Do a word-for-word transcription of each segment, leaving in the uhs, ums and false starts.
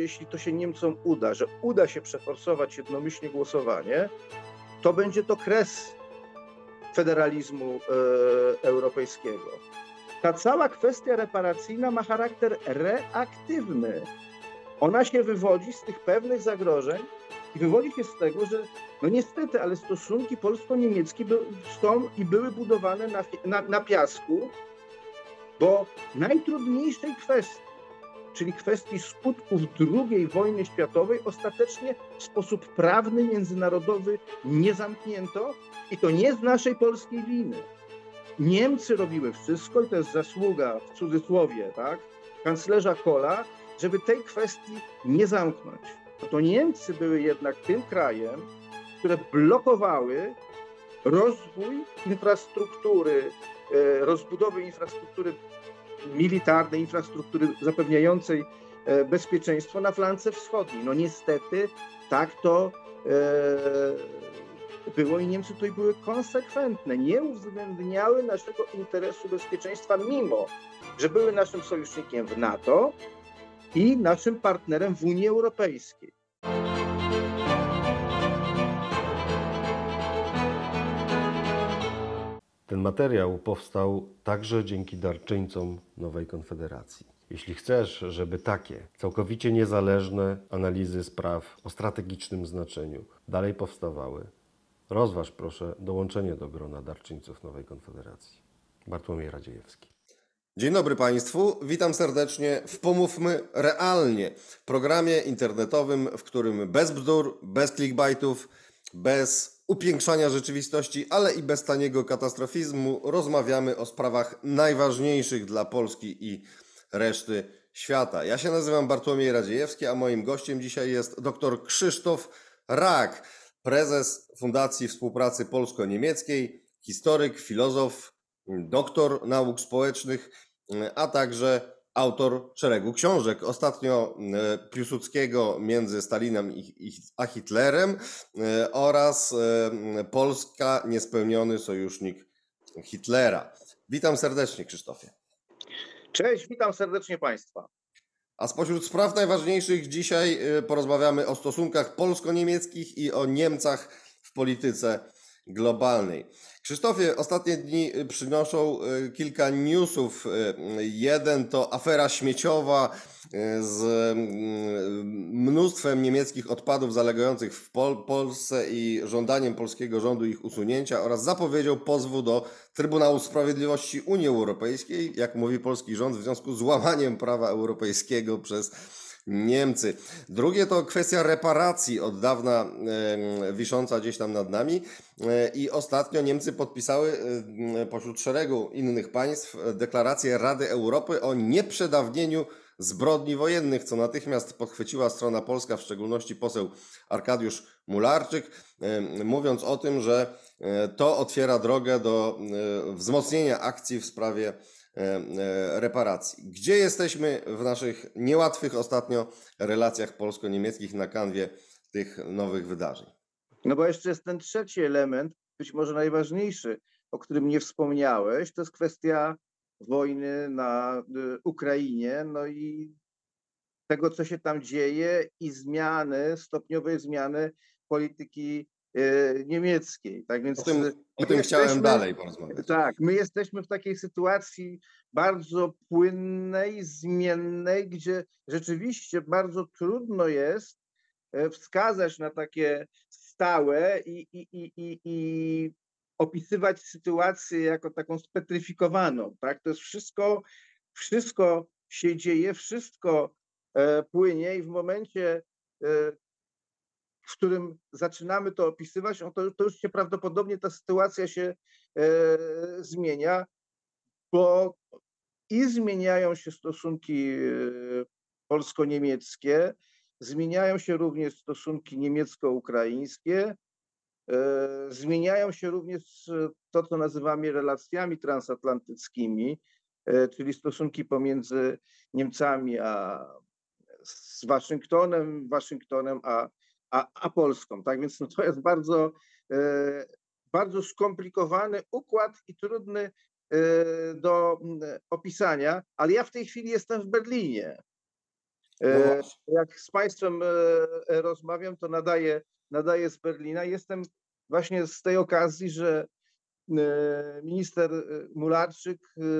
jeśli to się Niemcom uda, że uda się przeforsować jednomyślnie głosowanie, to będzie to kres federalizmu e, europejskiego. Ta cała kwestia reparacyjna ma charakter reaktywny. Ona się wywodzi z tych pewnych zagrożeń i wywodzi się z tego, że no niestety, ale stosunki polsko-niemieckie są i były budowane na, na, na piasku, bo najtrudniejszej kwestii, czyli kwestii skutków drugiej wojny światowej, ostatecznie w sposób prawny, międzynarodowy nie zamknięto i to nie z naszej polskiej winy. Niemcy robiły wszystko i to jest zasługa, w cudzysłowie, tak, kanclerza Kohla, żeby tej kwestii nie zamknąć. To Niemcy były jednak tym krajem, które blokowały rozwój infrastruktury, rozbudowy infrastruktury militarnej, infrastruktury zapewniającej bezpieczeństwo na flance wschodniej. No niestety tak to było i Niemcy tutaj były konsekwentne. Nie uwzględniały naszego interesu bezpieczeństwa, mimo że były naszym sojusznikiem w NATO i naszym partnerem w Unii Europejskiej. Ten materiał powstał także dzięki darczyńcom Nowej Konfederacji. Jeśli chcesz, żeby takie całkowicie niezależne analizy spraw o strategicznym znaczeniu dalej powstawały, rozważ proszę dołączenie do grona darczyńców Nowej Konfederacji. Bartłomiej Radziejewski. Dzień dobry Państwu, witam serdecznie w Pomówmy Realnie, programie internetowym, w którym bez bzdur, bez clickbaitów, bez upiększania rzeczywistości, ale i bez taniego katastrofizmu rozmawiamy o sprawach najważniejszych dla Polski i reszty świata. Ja się nazywam Bartłomiej Radziejewski, a moim gościem dzisiaj jest dr Krzysztof Rak, prezes Fundacji Współpracy Polsko-Niemieckiej, historyk, filozof, doktor nauk społecznych, a także autor szeregu książek. Ostatnio Piłsudskiego między Stalinem a Hitlerem oraz Polska niespełniony sojusznik Hitlera. Witam serdecznie, Krzysztofie. Cześć, witam serdecznie Państwa. A spośród spraw najważniejszych dzisiaj porozmawiamy o stosunkach polsko-niemieckich i o Niemcach w polityce globalnej. Krzysztofie, ostatnie dni przynoszą kilka newsów. Jeden to afera śmieciowa z mnóstwem niemieckich odpadów zalegających w Pol- Polsce i żądaniem polskiego rządu ich usunięcia oraz zapowiedzią pozwu do Trybunału Sprawiedliwości Unii Europejskiej, jak mówi polski rząd, w związku z łamaniem prawa europejskiego przez Niemcy. Drugie to kwestia reparacji, od dawna e, wisząca gdzieś tam nad nami e, i ostatnio Niemcy podpisały e, pośród szeregu innych państw deklarację Rady Europy o nieprzedawnieniu zbrodni wojennych, co natychmiast podchwyciła strona polska, w szczególności poseł Arkadiusz Mularczyk, e, mówiąc o tym, że e, to otwiera drogę do e, wzmocnienia akcji w sprawie reparacji. Gdzie jesteśmy w naszych niełatwych ostatnio relacjach polsko-niemieckich na kanwie tych nowych wydarzeń? No bo jeszcze jest ten trzeci element, być może najważniejszy, o którym nie wspomniałeś, to jest kwestia wojny na Ukrainie, no i tego, co się tam dzieje i zmiany, stopniowej zmiany polityki niemieckiej. Tak więc o tym, o tym chciałem jesteśmy, dalej porozmawiać. Tak, my jesteśmy w takiej sytuacji bardzo płynnej, zmiennej, gdzie rzeczywiście bardzo trudno jest wskazać na takie stałe i, i, i, i, i opisywać sytuację jako taką spetryfikowaną. Tak? To jest wszystko, wszystko się dzieje, wszystko e, płynie i w momencie e, w którym zaczynamy to opisywać, no to, to już się prawdopodobnie ta sytuacja się e, zmienia, bo i zmieniają się stosunki e, polsko-niemieckie, zmieniają się również stosunki niemiecko-ukraińskie, e, zmieniają się również to, co nazywamy relacjami transatlantyckimi, e, czyli stosunki pomiędzy Niemcami a z Waszyngtonem, Waszyngtonem a A, a Polską. Tak więc no to jest bardzo, e, bardzo skomplikowany układ i trudny e, do e, opisania, ale ja w tej chwili jestem w Berlinie. No właśnie. Jak z Państwem rozmawiam, to nadaję, nadaję z Berlina. Jestem właśnie z tej okazji, że minister Mularczyk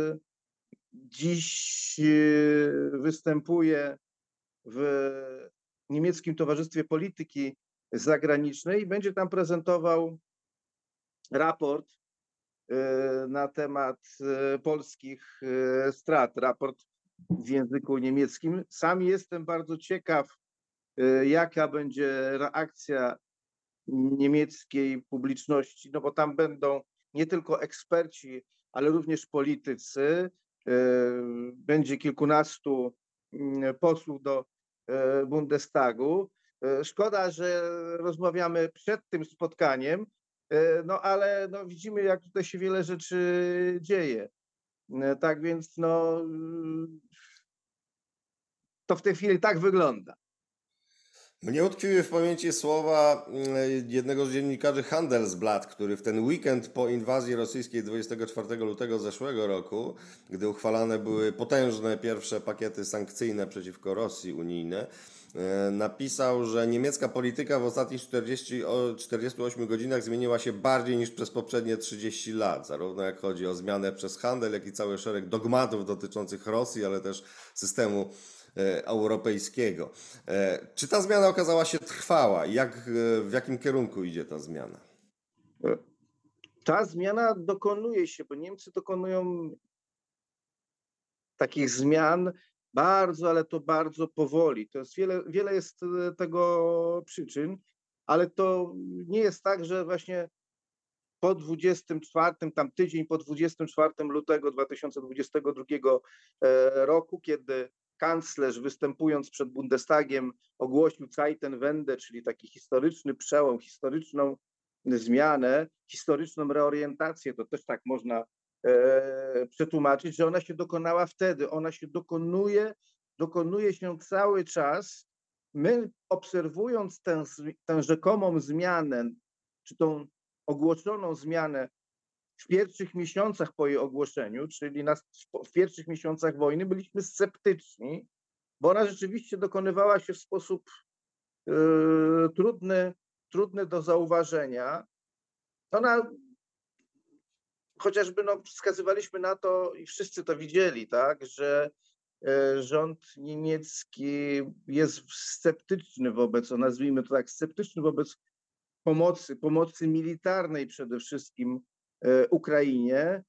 dziś występuje w niemieckim Towarzystwie Polityki Zagranicznej i będzie tam prezentował raport na temat polskich strat, raport w języku niemieckim. Sam jestem bardzo ciekaw, jaka będzie reakcja niemieckiej publiczności, no bo tam będą nie tylko eksperci, ale również politycy. Będzie kilkunastu posłów do Bundestagu. Szkoda, że rozmawiamy przed tym spotkaniem, no ale no widzimy, jak tutaj się wiele rzeczy dzieje. Tak więc no, to w tej chwili tak wygląda. Mnie utkwiły w pamięci słowa jednego z dziennikarzy Handelsblatt, który w ten weekend po inwazji rosyjskiej dwudziestego czwartego lutego zeszłego roku, gdy uchwalane były potężne pierwsze pakiety sankcyjne przeciwko Rosji unijne, napisał, że niemiecka polityka w ostatnich czterdziestu ośmiu godzinach zmieniła się bardziej niż przez poprzednie trzydzieści lat, zarówno jak chodzi o zmianę przez handel, jak i cały szereg dogmatów dotyczących Rosji, ale też systemu europejskiego. Czy ta zmiana okazała się trwała? Jak, w jakim kierunku idzie ta zmiana? Ta zmiana dokonuje się, bo Niemcy dokonują takich zmian bardzo, ale to bardzo powoli. To jest wiele, wiele jest tego przyczyn, ale to nie jest tak, że właśnie po dwudziestym czwartym, tam tydzień po dwudziestego czwartego lutego dwa tysiące dwudziestego drugiego roku, kiedy kanclerz występując przed Bundestagiem ogłosił Zeitenwende, czyli taki historyczny przełom, historyczną zmianę, historyczną reorientację, to też tak można e, przetłumaczyć, że ona się dokonała wtedy, ona się dokonuje, dokonuje się cały czas. My obserwując tę, tę rzekomą zmianę, czy tą ogłoszoną zmianę w pierwszych miesiącach po jej ogłoszeniu, czyli na, w pierwszych miesiącach wojny, byliśmy sceptyczni, bo ona rzeczywiście dokonywała się w sposób y, trudny, trudny do zauważenia. Ona, chociażby no, wskazywaliśmy na to i wszyscy to widzieli, tak, że y, rząd niemiecki jest sceptyczny wobec, o nazwijmy to tak, sceptyczny wobec pomocy, pomocy militarnej przede wszystkim Ukrainie,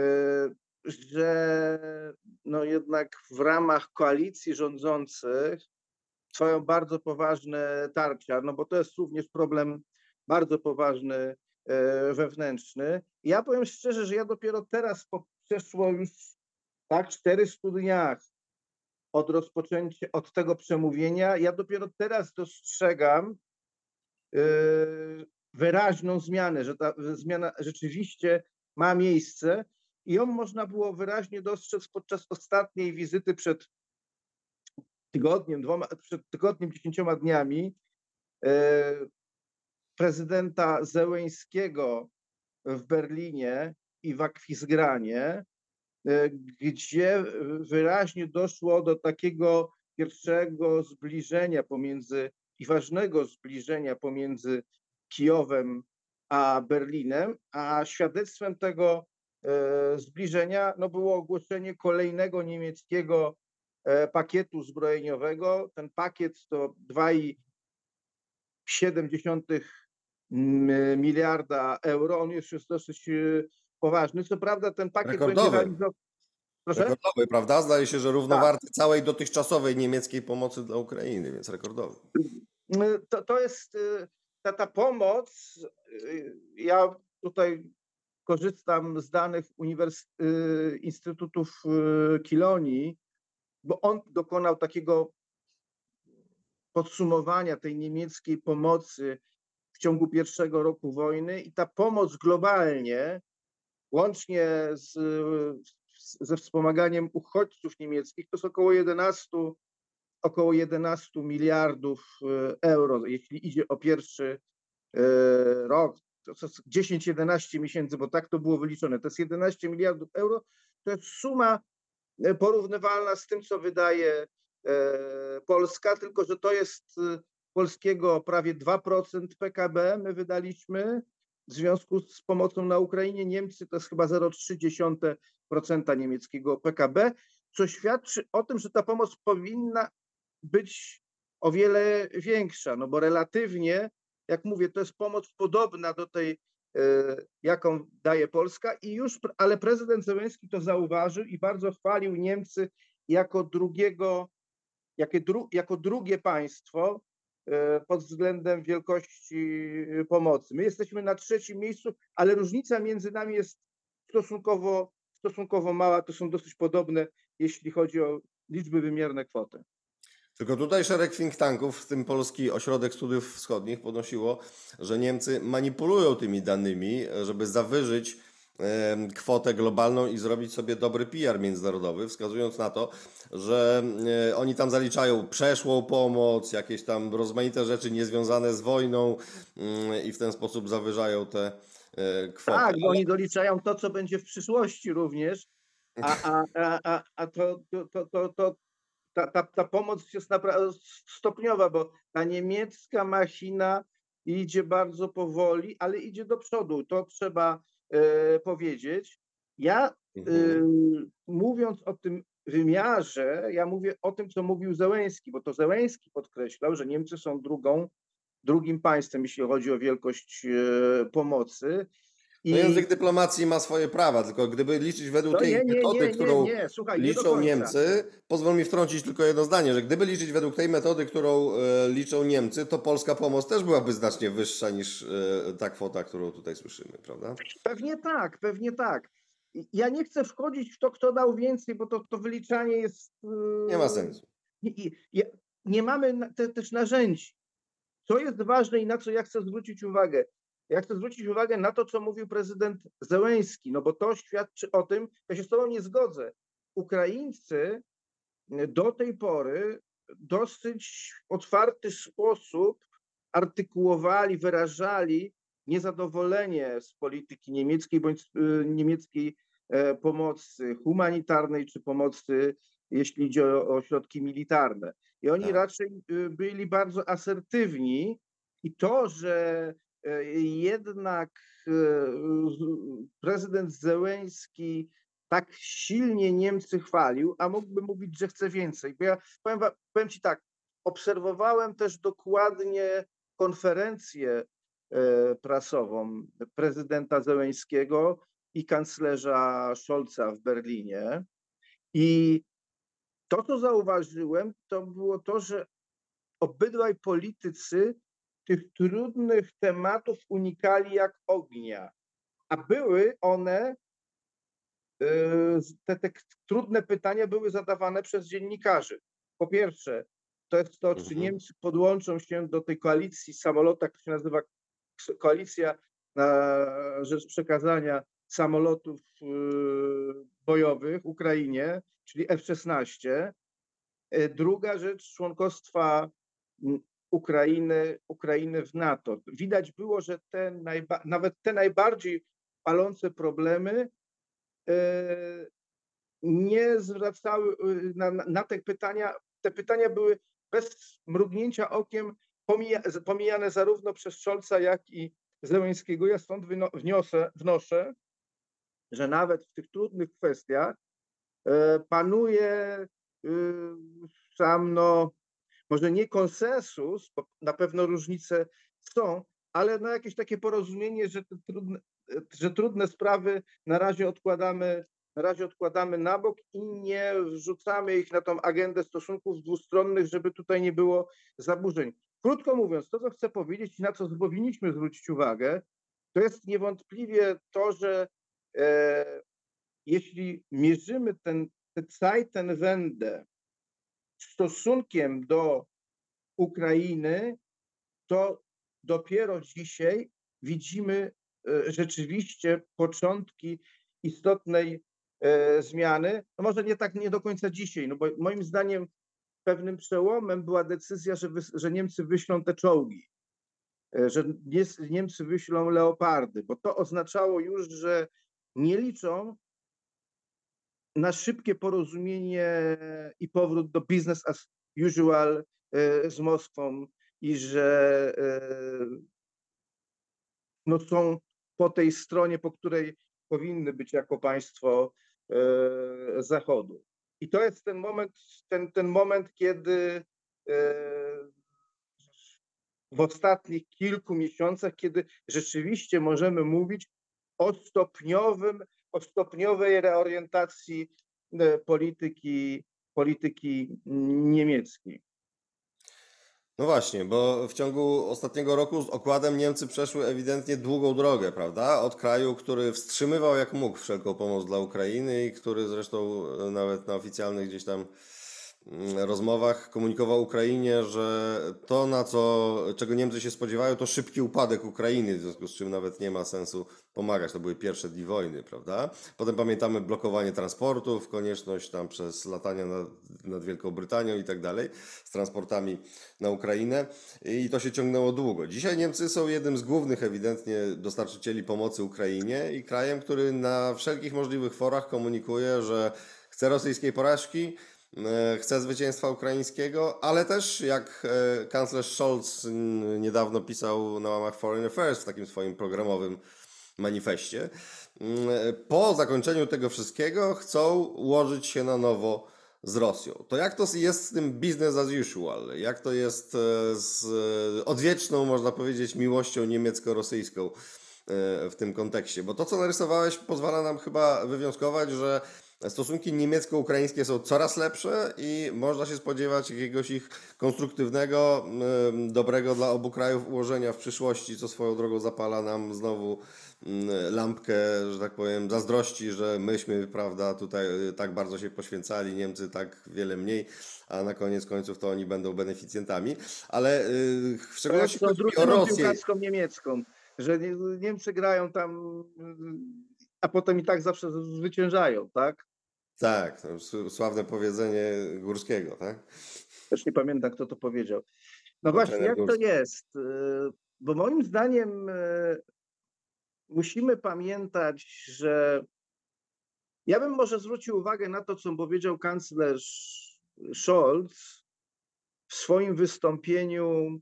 że no jednak w ramach koalicji rządzących trwają bardzo poważne tarcia, no bo to jest również problem bardzo poważny wewnętrzny. Ja powiem szczerze, że ja dopiero teraz, po przeszło już tak czterystu dniach od rozpoczęcia, od tego przemówienia, ja dopiero teraz dostrzegam yy, wyraźną zmianę, że ta zmiana rzeczywiście ma miejsce i ją można było wyraźnie dostrzec podczas ostatniej wizyty przed tygodniem, dwoma, przed tygodniem, dziesięcioma dniami e, prezydenta Zełeńskiego w Berlinie i w Akwizgranie, e, gdzie wyraźnie doszło do takiego pierwszego zbliżenia pomiędzy i ważnego zbliżenia pomiędzy Kijowem a Berlinem, a świadectwem tego e, zbliżenia no, było ogłoszenie kolejnego niemieckiego e, pakietu zbrojeniowego. Ten pakiet to dwa i siedem miliarda euro. On już jest dosyć e, poważny. Co prawda ten pakiet Rekordowy. będzie realizowany. Proszę? Rekordowy, prawda? Zdaje się, że równowarty tak. całej dotychczasowej niemieckiej pomocy dla Ukrainy, więc rekordowy. To, to jest ta, ta pomoc. Ja tutaj korzystam z danych uniwers- Instytutów Kilonii, bo on dokonał takiego podsumowania tej niemieckiej pomocy w ciągu pierwszego roku wojny i ta pomoc globalnie, łącznie z, ze wspomaganiem uchodźców niemieckich, to jest około jedenaście, około jedenaście miliardów euro, jeśli idzie o pierwszy rok, to jest dziesięć jedenaście miesięcy, bo tak to było wyliczone, to jest jedenaście miliardów euro, to jest suma porównywalna z tym, co wydaje Polska, tylko że to jest polskiego prawie dwa procent P K B my wydaliśmy w związku z pomocą na Ukrainie. Niemcy to jest chyba zero przecinek trzy procent niemieckiego P K B, co świadczy o tym, że ta pomoc powinna być o wiele większa, no bo relatywnie, jak mówię, to jest pomoc podobna do tej, jaką daje Polska i już, ale prezydent Zełenski to zauważył i bardzo chwalił Niemcy jako drugiego, jako, dru, jako drugie państwo pod względem wielkości pomocy. My jesteśmy na trzecim miejscu, ale różnica między nami jest stosunkowo, stosunkowo mała, to są dosyć podobne, jeśli chodzi o liczby wymierne kwoty. Tylko tutaj szereg think tanków, w tym Polski Ośrodek Studiów Wschodnich, podnosiło, że Niemcy manipulują tymi danymi, żeby zawyżyć kwotę globalną i zrobić sobie dobry P R międzynarodowy, wskazując na to, że oni tam zaliczają przeszłą pomoc, jakieś tam rozmaite rzeczy niezwiązane z wojną i w ten sposób zawyżają te kwoty. Tak, bo oni doliczają to, co będzie w przyszłości również, a, a, a, a, a to, to, to, to ta, ta, ta pomoc jest naprawdę stopniowa, bo ta niemiecka machina idzie bardzo powoli, ale idzie do przodu. To trzeba e, powiedzieć. Ja mhm. e, mówiąc o tym wymiarze, ja mówię o tym, co mówił Zełenski, bo to Zełenski podkreślał, że Niemcy są drugą, drugim państwem, jeśli chodzi o wielkość e, pomocy. I... No język dyplomacji ma swoje prawa, tylko gdyby liczyć według no tej nie, nie, metody, nie, nie, którą nie. Słuchaj, liczą Niemcy, pozwól mi wtrącić tylko jedno zdanie, że gdyby liczyć według tej metody, którą e, liczą Niemcy, to polska pomoc też byłaby znacznie wyższa niż e, ta kwota, którą tutaj słyszymy, prawda? Pewnie tak, pewnie tak. Ja nie chcę wchodzić w to, kto dał więcej, bo to, to wyliczanie jest... E, nie ma sensu. Nie, nie, nie mamy te, też narzędzi. Co jest ważne i na co ja chcę zwrócić uwagę? Ja chcę zwrócić uwagę na to, co mówił prezydent Zełenski, no bo to świadczy o tym, ja się z tobą nie zgodzę. Ukraińcy do tej pory dosyć otwarty sposób artykułowali, wyrażali niezadowolenie z polityki niemieckiej bądź niemieckiej pomocy humanitarnej czy pomocy, jeśli idzie o, o środki militarne. I oni tak. raczej byli bardzo asertywni i to, że jednak prezydent Zełenski tak silnie Niemcy chwalił, a mógłby mówić, że chce więcej. Bo ja powiem, powiem ci tak, obserwowałem też dokładnie konferencję prasową prezydenta Zełenskiego i kanclerza Scholza w Berlinie. I to, co zauważyłem, to było to, że obydwaj politycy tych trudnych tematów unikali jak ognia, a były one, te, te trudne pytania były zadawane przez dziennikarzy. Po pierwsze, to jest to, czy Niemcy podłączą się do tej koalicji samolotów, która się nazywa Koalicja na rzecz przekazania samolotów bojowych Ukrainie, czyli F szesnaście. Druga rzecz, członkostwa Ukrainy, Ukrainy w NATO. Widać było, że te najba, nawet te najbardziej palące problemy e, nie zwracały na, na te pytania. Te pytania były bez mrugnięcia okiem pomija, pomijane zarówno przez Scholza, jak i Zełenskiego. Ja stąd wyno, wniosę, wnoszę, że nawet w tych trudnych kwestiach e, panuje e, sam no może nie konsensus, bo na pewno różnice są, ale no jakieś takie porozumienie, że, te trudne, że trudne sprawy na razie odkładamy, na razie odkładamy na bok i nie wrzucamy ich na tą agendę stosunków dwustronnych, żeby tutaj nie było zaburzeń. Krótko mówiąc, to co chcę powiedzieć i na co powinniśmy zwrócić uwagę, to jest niewątpliwie to, że e, jeśli mierzymy ten, te Zeitenwende stosunkiem do Ukrainy, to dopiero dzisiaj widzimy rzeczywiście początki istotnej zmiany. No może nie tak nie do końca dzisiaj, no bo moim zdaniem pewnym przełomem była decyzja, że, wy, że Niemcy wyślą te czołgi, że Niemcy wyślą leopardy, bo to oznaczało już, że nie liczą na szybkie porozumienie i powrót do business as usual z Moskwą i że no, są po tej stronie, po której powinny być jako państwo Zachodu. I to jest ten moment, ten, ten moment, kiedy w ostatnich kilku miesiącach, kiedy rzeczywiście możemy mówić o stopniowym, o stopniowej reorientacji polityki, polityki niemieckiej. No właśnie, bo w ciągu ostatniego roku z okładem Niemcy przeszły ewidentnie długą drogę, prawda? Od kraju, który wstrzymywał jak mógł wszelką pomoc dla Ukrainy i który zresztą nawet na oficjalnych gdzieś tam rozmowach komunikował Ukrainie, że to, na co, czego Niemcy się spodziewają, to szybki upadek Ukrainy, w związku z czym nawet nie ma sensu pomagać. To były pierwsze dni wojny, prawda? Potem pamiętamy blokowanie transportów, konieczność tam przez latania nad, nad Wielką Brytanią i tak dalej, z transportami na Ukrainę i to się ciągnęło długo. Dzisiaj Niemcy są jednym z głównych ewidentnie dostarczycieli pomocy Ukrainie i krajem, który na wszelkich możliwych forach komunikuje, że chce rosyjskiej porażki, chce zwycięstwa ukraińskiego, ale też jak kanclerz Scholz niedawno pisał na łamach Foreign Affairs w takim swoim programowym manifestie, po zakończeniu tego wszystkiego chcą ułożyć się na nowo z Rosją. To jak to jest z tym business as usual? Jak to jest z odwieczną, można powiedzieć, miłością niemiecko-rosyjską w tym kontekście? Bo to, co narysowałeś, pozwala nam chyba wywnioskować, że stosunki niemiecko-ukraińskie są coraz lepsze i można się spodziewać jakiegoś ich konstruktywnego, dobrego dla obu krajów ułożenia w przyszłości, co swoją drogą zapala nam znowu lampkę, że tak powiem, zazdrości, że myśmy, prawda, tutaj tak bardzo się poświęcali, Niemcy tak wiele mniej, a na koniec końców to oni będą beneficjentami, ale w szczególności to chodzi mi o drużyną Rosję. piłkarską niemiecką, że Niemcy grają tam, a potem i tak zawsze zwyciężają, tak? Tak, sławne powiedzenie Górskiego, tak? Też nie pamiętam, kto to powiedział. No No, właśnie, jak to Górski. jest? Bo moim zdaniem musimy pamiętać, że ja bym może zwrócił uwagę na to, co powiedział kanclerz Scholz w swoim wystąpieniu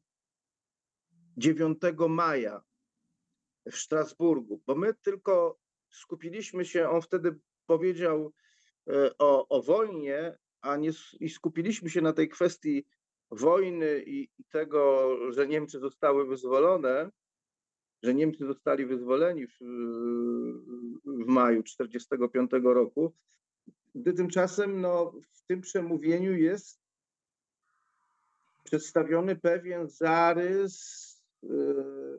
dziewiątego maja w Strasburgu, bo my tylko skupiliśmy się, on wtedy powiedział o, o wojnie, a nie i skupiliśmy się na tej kwestii wojny i, i tego, że Niemcy zostały wyzwolone, że Niemcy zostali wyzwoleni w, w maju czterdziestego piątego roku, gdy tymczasem no, w tym przemówieniu jest przedstawiony pewien zarys yy,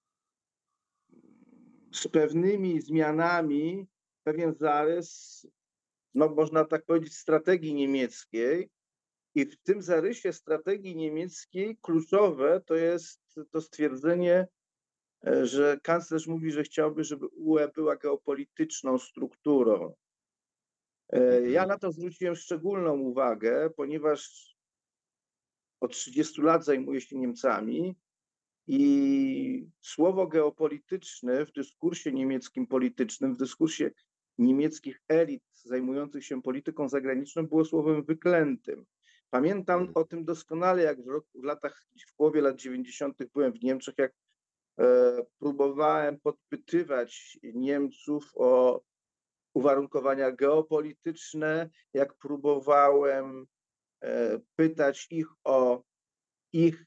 z pewnymi zmianami, pewien zarys, no można tak powiedzieć, strategii niemieckiej. I w tym zarysie strategii niemieckiej kluczowe to jest to stwierdzenie, że kanclerz mówi, że chciałby, żeby U E była geopolityczną strukturą. Ja na to zwróciłem szczególną uwagę, ponieważ od trzydziestu lat zajmuję się Niemcami i słowo geopolityczne w dyskursie niemieckim politycznym, w dyskursie niemieckich elit zajmujących się polityką zagraniczną było słowem wyklętym. Pamiętam o tym doskonale, jak w, roku, w latach, w połowie lat dziewięćdziesiątych byłem w Niemczech, jak e, próbowałem podpytywać Niemców o uwarunkowania geopolityczne, jak próbowałem e, pytać ich o ich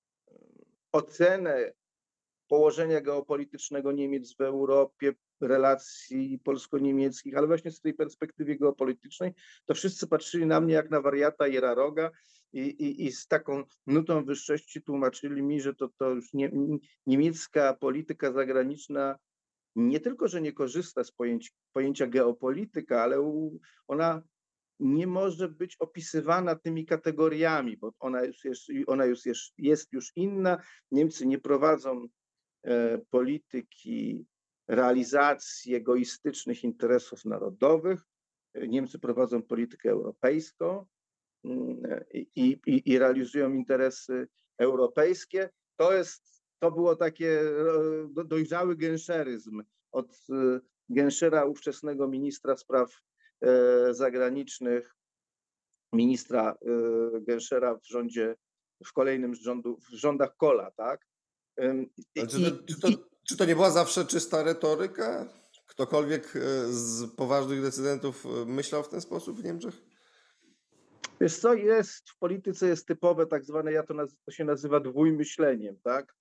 ocenę położenia geopolitycznego Niemiec w Europie, relacji polsko-niemieckich, ale właśnie z tej perspektywy geopolitycznej, to wszyscy patrzyli na mnie jak na wariata Jeraroga i, i, i z taką nutą wyższości tłumaczyli mi, że to, to już nie, niemiecka polityka zagraniczna nie tylko, że nie korzysta z pojęcia, pojęcia geopolityka, ale u, ona nie może być opisywana tymi kategoriami, bo ona już jest, ona już jest, jest już inna. Niemcy nie prowadzą e, polityki realizacji egoistycznych interesów narodowych. Niemcy prowadzą politykę europejską mm, i, i, i realizują interesy europejskie. To jest, to było takie dojrzały gęszeryzm od Gęszera, ówczesnego ministra spraw zagranicznych ministra y, Genschera w rządzie, w kolejnym rządu, w rządach Kohla, tak? Ym, Ale czy I, to, czy to, i, czy to nie była zawsze czysta retoryka? Ktokolwiek e, z poważnych decydentów e, myślał w ten sposób w Niemczech? Wiesz co, jest w polityce jest typowe tak zwane, ja to, naz, to się nazywa dwójmyśleniem, tak?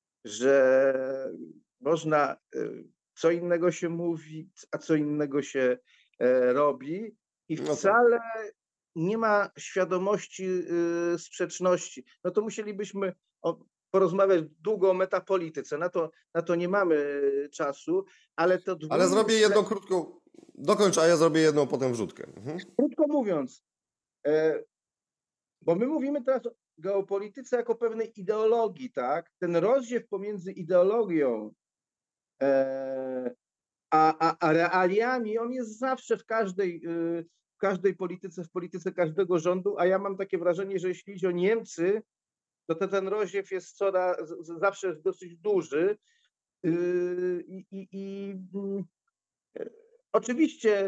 Że można, y, co innego się mówi, a co innego się e, robi i No tak. wcale nie ma świadomości y, sprzeczności. No to musielibyśmy o, porozmawiać długo o metapolityce, na to, na to nie mamy czasu, ale to Ale zrobię jedną dwójmyślenie, krótką, dokończ, a ja zrobię jedną potem wrzutkę. Mhm. krótko mówiąc, e, bo my mówimy teraz o geopolityce jako pewnej ideologii, tak? Ten rozdziew pomiędzy ideologią e, a, a, a realiami, on jest zawsze w każdej, y, w każdej polityce, w polityce każdego rządu, a ja mam takie wrażenie, że jeśli chodzi o Niemcy, to te, ten rozdziew jest coraz, z- zawsze jest dosyć duży. y, I, i, i mm, e, oczywiście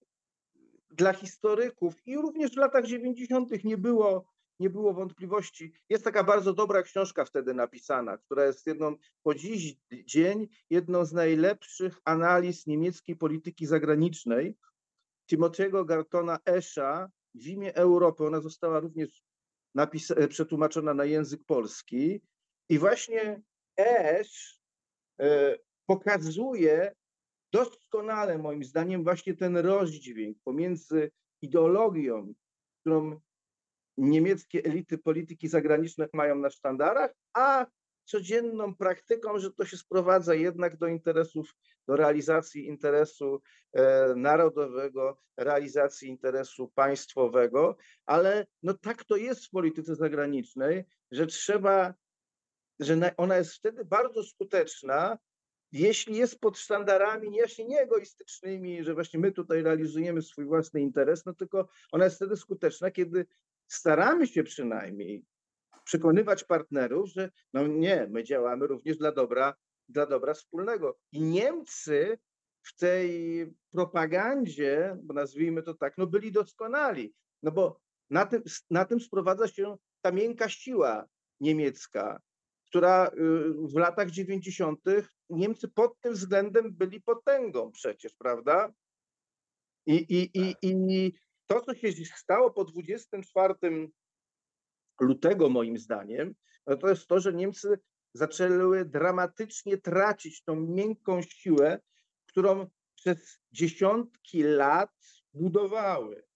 dla historyków i również w latach dziewięćdziesiątych nie było, nie było wątpliwości. Jest taka bardzo dobra książka wtedy napisana, która jest jedną po dziś dzień jedną z najlepszych analiz niemieckiej polityki zagranicznej Timothy'ego Gartona Escha w imię Europy. Ona została również napis- przetłumaczona na język polski i właśnie Esch e, pokazuje doskonale moim zdaniem właśnie ten rozdźwięk pomiędzy ideologią, którą niemieckie elity polityki zagranicznej mają na sztandarach, a codzienną praktyką, że to się sprowadza jednak do interesów, do realizacji interesu e, narodowego, realizacji interesu państwowego, ale no tak to jest w polityce zagranicznej, że trzeba, że na, ona jest wtedy bardzo skuteczna, jeśli jest pod sztandarami właśnie nie egoistycznymi, że właśnie my tutaj realizujemy swój własny interes, no tylko ona jest wtedy skuteczna, kiedy staramy się przynajmniej przekonywać partnerów, że no nie, my działamy również dla dobra, dla dobra wspólnego. I Niemcy w tej propagandzie, bo nazwijmy to tak, no byli doskonali, no bo na tym, na tym sprowadza się ta miękka siła niemiecka, która y, w latach dziewięćdziesiątych Niemcy pod tym względem byli potęgą przecież, prawda? I, i, i, i to, co się stało po dwudziestego czwartego lutego, moim zdaniem, no to jest to, że Niemcy zaczęły dramatycznie tracić tą miękką siłę, którą przez dziesiątki lat budowały.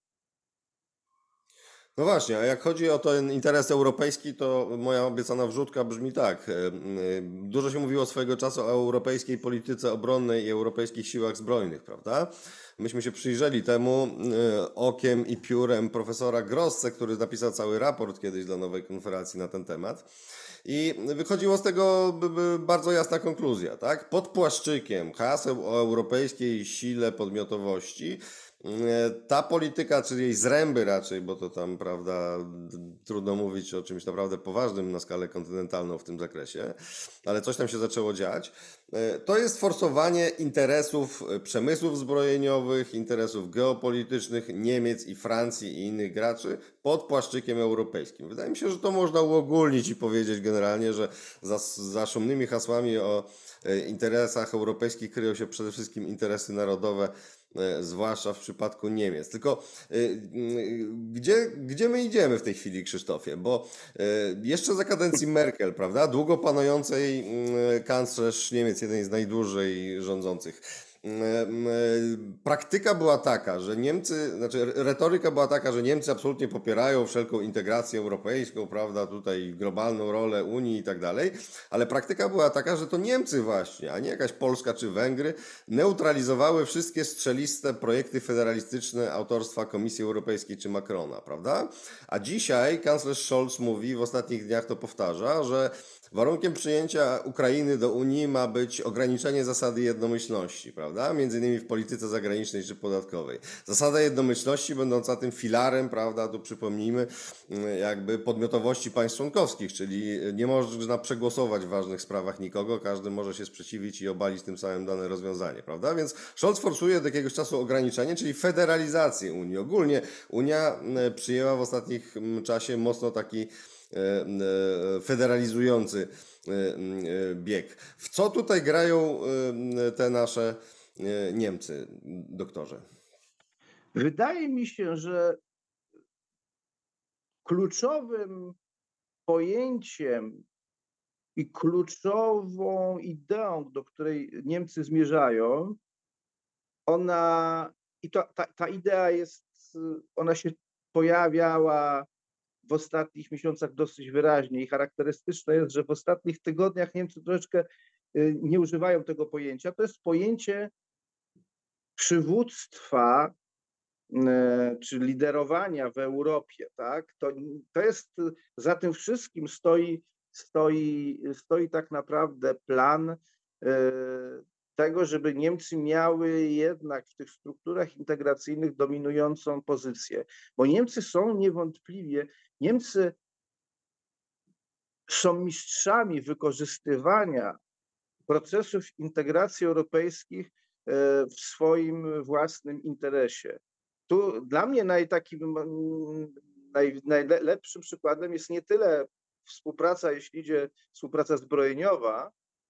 No właśnie, a jak chodzi o ten interes europejski, to moja obiecana wrzutka brzmi tak. e, m, e, Dużo się mówiło swojego czasu o europejskiej polityce obronnej i europejskich siłach zbrojnych, prawda? Myśmy się przyjrzeli temu e, okiem i piórem profesora Grosse, który napisał cały raport kiedyś dla Nowej Konfederacji na ten temat. I wychodziło z tego b- b- bardzo jasna konkluzja, tak? Pod płaszczykiem haseł o europejskiej sile podmiotowości e, ta polityka, czyli jej zręby raczej, bo to tam, prawda, d- trudno mówić o czymś naprawdę poważnym na skalę kontynentalną w tym zakresie, ale coś tam się zaczęło dziać. E, To jest forsowanie interesów e, przemysłów zbrojeniowych, interesów geopolitycznych Niemiec i Francji i innych graczy pod płaszczykiem europejskim. Wydaje mi się, że to można uogólnić i powiedzieć generalnie, że za, za szumnymi hasłami o e, interesach europejskich kryją się przede wszystkim interesy narodowe, e, zwłaszcza w przypadku Niemiec. Tylko e, mm, gdzie, gdzie my idziemy w tej chwili, Krzysztofie? Bo e, jeszcze za kadencji Merkel, prawda, długo panującej mm, kanclerz Niemiec, jednej z najdłużej rządzących, mm, e, praktyka była taka, że Niemcy, znaczy retoryka była taka, że Niemcy absolutnie popierają wszelką integrację europejską, prawda, tutaj globalną rolę Unii i tak dalej, ale praktyka była taka, że to Niemcy właśnie, a nie jakaś Polska czy Węgry, neutralizowały wszystkie strzeliste projekty federalistyczne autorstwa Komisji Europejskiej czy Macrona, prawda? A dzisiaj kanclerz Scholz mówi, w ostatnich dniach to powtarza, że warunkiem przyjęcia Ukrainy do Unii ma być ograniczenie zasady jednomyślności, prawda? prawda? Między innymi w polityce zagranicznej czy podatkowej. Zasada jednomyślności będąca tym filarem, prawda, tu przypomnijmy, jakby podmiotowości państw członkowskich, czyli nie można przegłosować w ważnych sprawach nikogo, każdy może się sprzeciwić i obalić tym samym dane rozwiązanie, prawda? Więc Scholz forsuje od jakiegoś czasu ograniczenie, czyli federalizację Unii. Ogólnie Unia przyjęła w ostatnich czasie mocno taki federalizujący bieg. W co tutaj grają te nasze Niemcy, doktorze? Wydaje mi się, że kluczowym pojęciem i kluczową ideą, do której Niemcy zmierzają, ona i to, ta, ta idea jest, ona się pojawiała w ostatnich miesiącach dosyć wyraźnie i charakterystyczne jest, że w ostatnich tygodniach Niemcy troszeczkę nie używają tego pojęcia. To jest pojęcie przywództwa czy liderowania w Europie, tak? To, to jest, za tym wszystkim stoi, stoi, stoi tak naprawdę plan tego, żeby Niemcy miały jednak w tych strukturach integracyjnych dominującą pozycję. Bo Niemcy są niewątpliwie, Niemcy są mistrzami wykorzystywania procesów integracji europejskich w swoim własnym interesie. Tu dla mnie naj, takim naj, najlepszym przykładem jest nie tyle współpraca, jeśli idzie współpraca zbrojeniowa,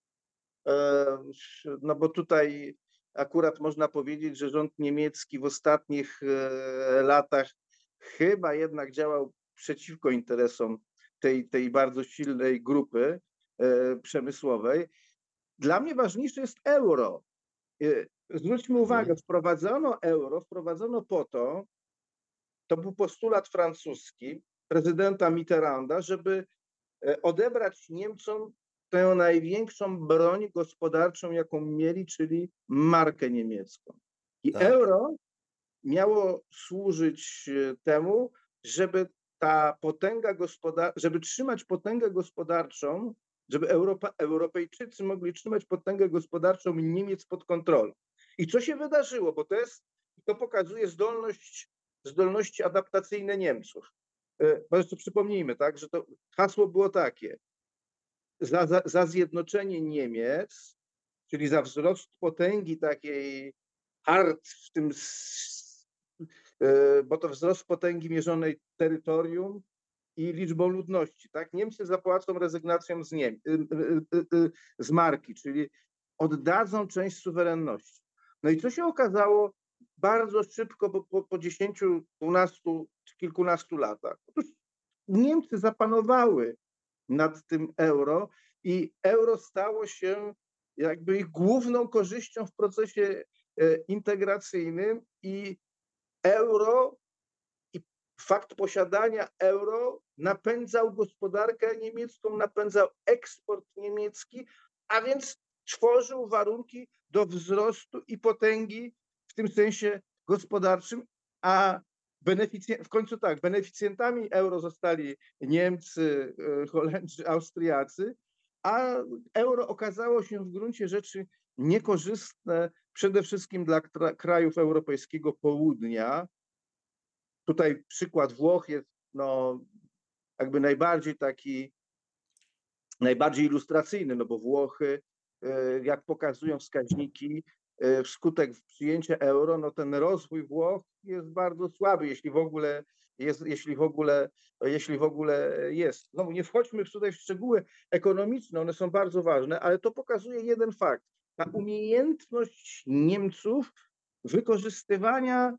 no bo tutaj akurat można powiedzieć, że rząd niemiecki w ostatnich latach chyba jednak działał przeciwko interesom tej, tej bardzo silnej grupy przemysłowej. Dla mnie ważniejsze jest euro. Zwróćmy uwagę, wprowadzono euro, wprowadzono po to, to był postulat francuski prezydenta Mitterranda, żeby odebrać Niemcom tę największą broń gospodarczą, jaką mieli, czyli markę niemiecką. I tak. Euro miało służyć temu, żeby ta potęga gospodarcza, żeby trzymać potęgę gospodarczą, żeby Europa, Europejczycy mogli trzymać potęgę gospodarczą Niemiec pod kontrolą. I co się wydarzyło? Bo to jest, to pokazuje zdolność, zdolności adaptacyjne Niemców. Bo jeszcze przypomnijmy, tak, że to hasło było takie: za, za, za zjednoczenie Niemiec, czyli za wzrost potęgi takiej hard w tym, bo to wzrost potęgi mierzonej terytorium i liczbą ludności, tak? Niemcy zapłacą rezygnacją z, Niem z marki, czyli oddadzą część suwerenności. No i co się okazało bardzo szybko, bo po, po dziesięciu, dwunastu czy kilkunastu latach? Otóż Niemcy zapanowały nad tym euro i euro stało się jakby ich główną korzyścią w procesie integracyjnym i euro i fakt posiadania euro napędzał gospodarkę niemiecką, napędzał eksport niemiecki, a więc tworzył warunki do wzrostu i potęgi w tym sensie gospodarczym, a beneficjent, w końcu tak, beneficjentami euro zostali Niemcy, Holendrzy, Austriacy, a euro okazało się w gruncie rzeczy niekorzystne przede wszystkim dla krajów europejskiego południa. Tutaj przykład Włoch jest no, jakby najbardziej taki, najbardziej ilustracyjny, no bo Włochy, jak pokazują wskaźniki, wskutek przyjęcia euro, no ten rozwój Włoch jest bardzo słaby, jeśli w ogóle jest, jeśli w ogóle, jeśli w ogóle jest. No nie wchodźmy tutaj w szczegóły ekonomiczne, one są bardzo ważne, ale to pokazuje jeden fakt. Ta umiejętność Niemców wykorzystywania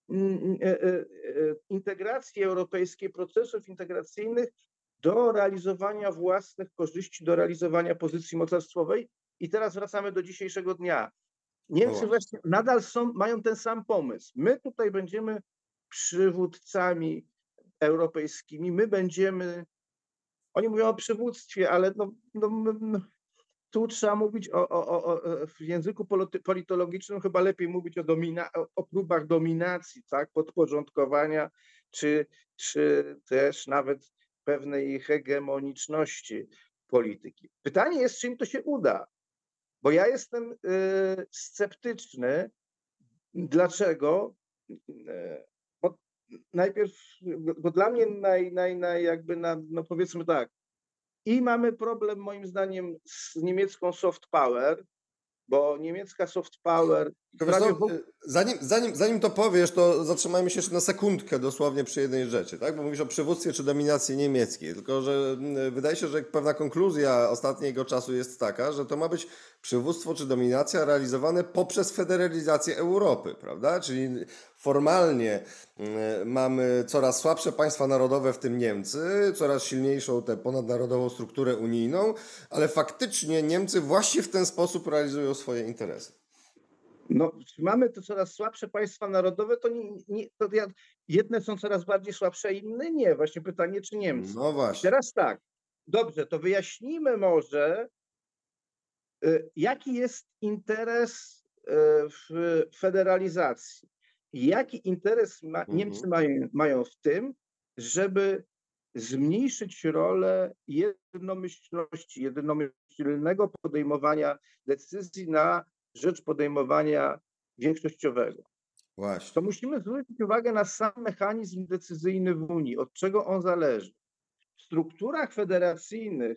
integracji europejskiej, procesów integracyjnych do realizowania własnych korzyści, do realizowania pozycji mocarstwowej. I teraz wracamy do dzisiejszego dnia. Niemcy właśnie nadal są, mają ten sam pomysł. My tutaj będziemy przywódcami europejskimi, my będziemy, oni mówią o przywództwie, ale no, no, no, tu trzeba mówić o, o, o, w języku politologicznym chyba lepiej mówić o, domina, o, o próbach dominacji, tak, podporządkowania, czy, czy też nawet pewnej hegemoniczności polityki. Pytanie jest, czy im to się uda. Bo ja jestem y, sceptyczny. Dlaczego? Y, Bo najpierw, bo dla mnie naj, naj, naj jakby na, no powiedzmy tak, i mamy problem moim zdaniem z niemiecką soft power, bo niemiecka soft power To wiesz prawie co, w ogóle, zanim, zanim, zanim to powiesz, to zatrzymajmy się jeszcze na sekundkę dosłownie przy jednej rzeczy, tak? Bo mówisz o przywództwie czy dominacji niemieckiej, tylko że mm, wydaje się, że pewna konkluzja ostatniego czasu jest taka, że to ma być przywództwo czy dominacja realizowane poprzez federalizację Europy, prawda? Czyli formalnie mm, mamy coraz słabsze państwa narodowe, w tym Niemcy, coraz silniejszą tę ponadnarodową strukturę unijną, ale faktycznie Niemcy właśnie w ten sposób realizują swoje interesy. no, mamy to coraz słabsze państwa narodowe, to, nie, nie, to ja, jedne są coraz bardziej słabsze, inne nie. Właśnie pytanie, czy Niemcy. No I właśnie. teraz tak, dobrze, to wyjaśnijmy może, y, jaki jest interes y, w federalizacji. Jaki interes ma, Niemcy Mhm. mają, mają w tym, żeby zmniejszyć rolę jednomyślności, jednomyślnego podejmowania decyzji na rzecz podejmowania większościowego. Właśnie. To musimy zwrócić uwagę na sam mechanizm decyzyjny w Unii, od czego on zależy. W strukturach federacyjnych,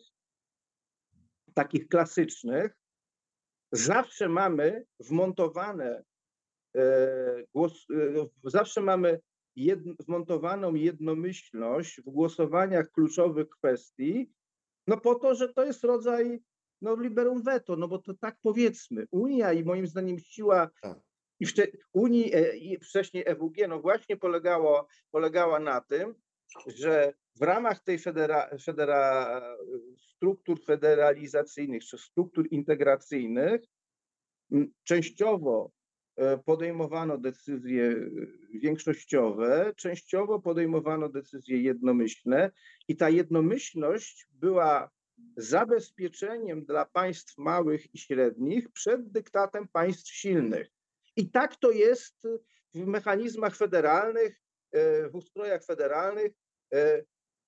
takich klasycznych, zawsze mamy wmontowane e, głos, e, zawsze mamy jed, wmontowaną jednomyślność w głosowaniach kluczowych kwestii, no po to, że to jest rodzaj no, liberum veto, no bo to tak powiedzmy. Unia i moim zdaniem siła Tak. i wcze, Unii e, i wcześniej E W G, no właśnie polegało, polegała na tym, że w ramach tej federa, federa, struktur federalizacyjnych czy struktur integracyjnych m, częściowo e, podejmowano decyzje większościowe, częściowo podejmowano decyzje jednomyślne i ta jednomyślność była zabezpieczeniem dla państw małych i średnich przed dyktatem państw silnych. I tak to jest w mechanizmach federalnych, e, w ustrojach federalnych. E,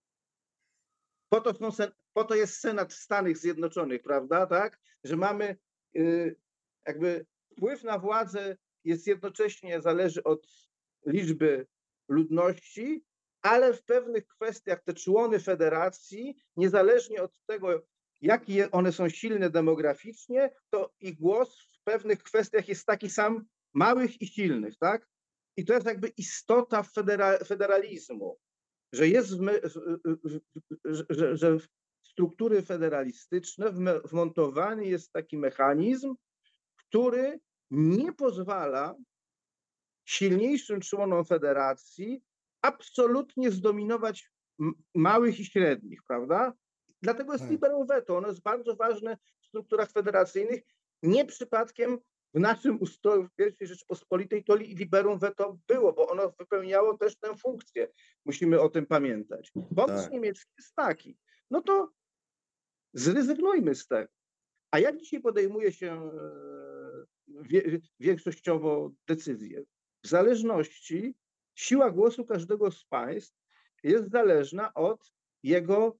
Po to, są, sen- po to jest Senat Stanów Zjednoczonych, prawda, tak? Że mamy e, jakby wpływ na władzę jest jednocześnie zależy od liczby ludności, ale w pewnych kwestiach te człony federacji, niezależnie od tego, jakie one są silne demograficznie, to ich głos w pewnych kwestiach jest taki sam małych i silnych, tak? I to jest jakby istota federa, federalizmu, że jest w, me- w, w, w, że, że w struktury federalistyczne wme- wmontowany jest taki mechanizm, który nie pozwala silniejszym członom federacji absolutnie zdominować m- małych i średnich, prawda? Dlatego jest Tak. liberum veto. Ono jest bardzo ważne w strukturach federacyjnych. Nie przypadkiem w naszym ustroju w pierwszej Rzeczpospolitej to li- liberum veto było, bo ono wypełniało też tę funkcję. Musimy o tym pamiętać. Pomysł Tak. niemiecki jest taki. No to zrezygnujmy z tego. A jak dzisiaj podejmuje się e, wie, większościowo decyzje? W zależności, siła głosu każdego z państw jest zależna od jego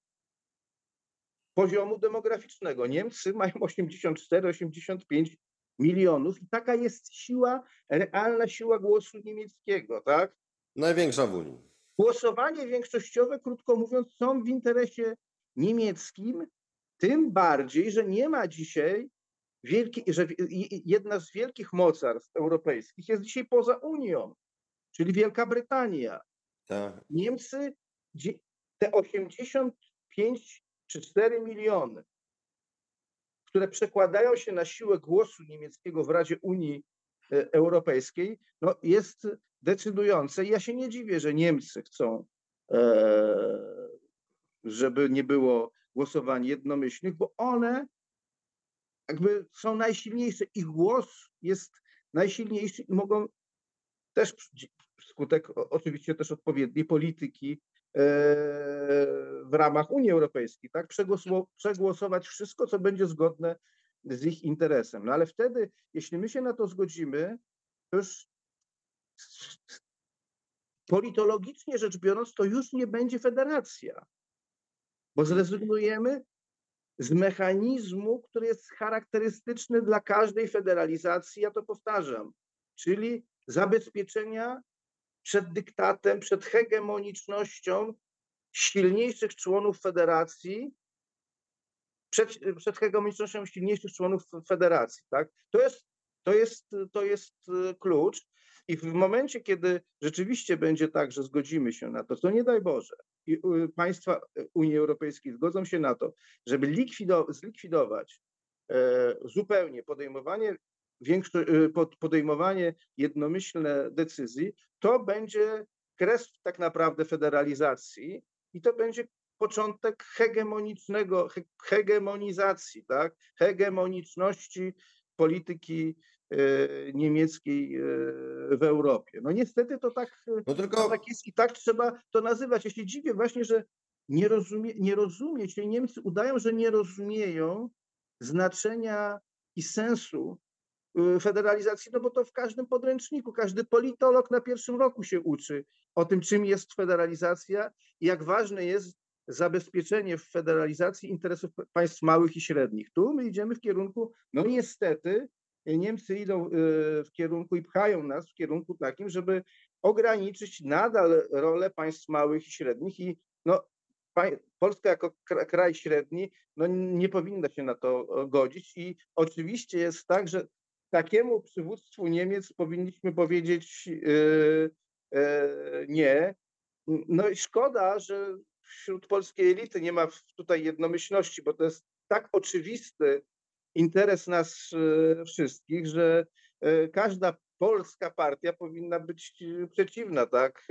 poziomu demograficznego. Niemcy mają osiemdziesiąt cztery osiemdziesiąt pięć milionów i taka jest siła, realna siła głosu niemieckiego, tak? Największa w Unii. Głosowanie większościowe, krótko mówiąc, są w interesie niemieckim, tym bardziej, że nie ma dzisiaj wielki, że jedna z wielkich mocarstw europejskich jest dzisiaj poza Unią, czyli Wielka Brytania. Tak. Niemcy, te osiemdziesiąt pięć czy cztery miliony, które przekładają się na siłę głosu niemieckiego w Radzie Unii Europejskiej, no jest decydujące. I ja się nie dziwię, że Niemcy chcą, e, żeby nie było głosowań jednomyślnych, bo one jakby są najsilniejsze. Ich głos jest najsilniejszy i mogą też wskutek oczywiście też odpowiedniej polityki w ramach Unii Europejskiej, tak, przegłosować wszystko, co będzie zgodne z ich interesem. No ale wtedy, jeśli my się na to zgodzimy, to już politologicznie rzecz biorąc, to już nie będzie federacja, bo zrezygnujemy z mechanizmu, który jest charakterystyczny dla każdej federalizacji, ja to powtarzam, czyli zabezpieczenia przed dyktatem, przed hegemonicznością silniejszych członów federacji, przed, przed hegemonicznością silniejszych członów federacji. Tak? To jest, to jest, to jest klucz. I w momencie, kiedy rzeczywiście będzie tak, że zgodzimy się na to, to nie daj Boże, i państwa Unii Europejskiej zgodzą się na to, żeby likwido, zlikwidować e, zupełnie podejmowanie, większo, podejmowanie jednomyślne decyzji, to będzie kres tak naprawdę federalizacji i to będzie początek hegemonicznego, he, hegemonizacji, tak? Hegemoniczności polityki e, niemieckiej e, w Europie. No niestety to tak, No to tylko tak jest i tak trzeba to nazywać. Ja się dziwię właśnie, że nie rozumie, nie rozumie się, Niemcy udają, że nie rozumieją znaczenia i sensu y, federalizacji, no bo to w każdym podręczniku, każdy politolog na pierwszym roku się uczy o tym, czym jest federalizacja i jak ważne jest zabezpieczenie w federalizacji interesów państw małych i średnich. Tu my idziemy w kierunku, no niestety, Niemcy idą w kierunku i pchają nas w kierunku takim, żeby ograniczyć nadal rolę państw małych i średnich i no, Polska jako kraj średni no, nie powinna się na to godzić i oczywiście jest tak, że takiemu przywództwu Niemiec powinniśmy powiedzieć yy, yy, nie. No i szkoda, że wśród polskiej elity nie ma tutaj jednomyślności, bo to jest tak oczywisty interes nas wszystkich, że każda polska partia powinna być przeciwna, tak?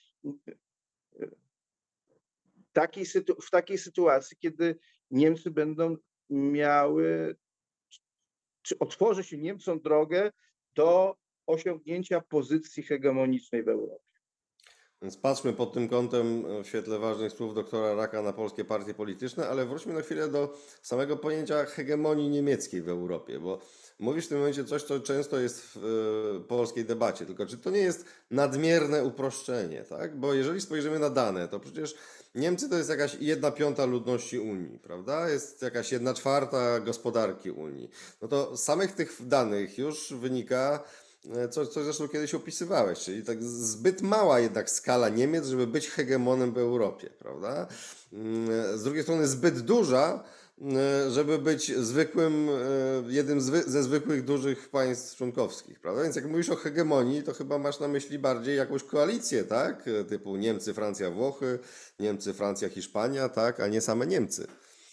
Takiej, w takiej sytuacji, kiedy Niemcy będą miały, czy otworzy się Niemcom drogę do osiągnięcia pozycji hegemonicznej w Europie. Więc patrzmy pod tym kątem w świetle ważnych słów doktora Raka na polskie partie polityczne, ale wróćmy na chwilę do samego pojęcia hegemonii niemieckiej w Europie, bo mówisz w tym momencie coś, co często jest w y, polskiej debacie, tylko czy to nie jest nadmierne uproszczenie, tak? Bo jeżeli spojrzymy na dane, to przecież Niemcy to jest jakaś jedna piąta ludności Unii, prawda? Jest jakaś jedna czwarta gospodarki Unii. No to z samych tych danych już wynika coś, co zresztą kiedyś opisywałeś, czyli tak zbyt mała jednak skala Niemiec, żeby być hegemonem w Europie, prawda? Z drugiej strony zbyt duża, żeby być zwykłym, jednym ze zwykłych dużych państw członkowskich, prawda? Więc jak mówisz o hegemonii, to chyba masz na myśli bardziej jakąś koalicję, tak? Typu Niemcy, Francja, Włochy, Niemcy, Francja, Hiszpania, tak? A nie same Niemcy.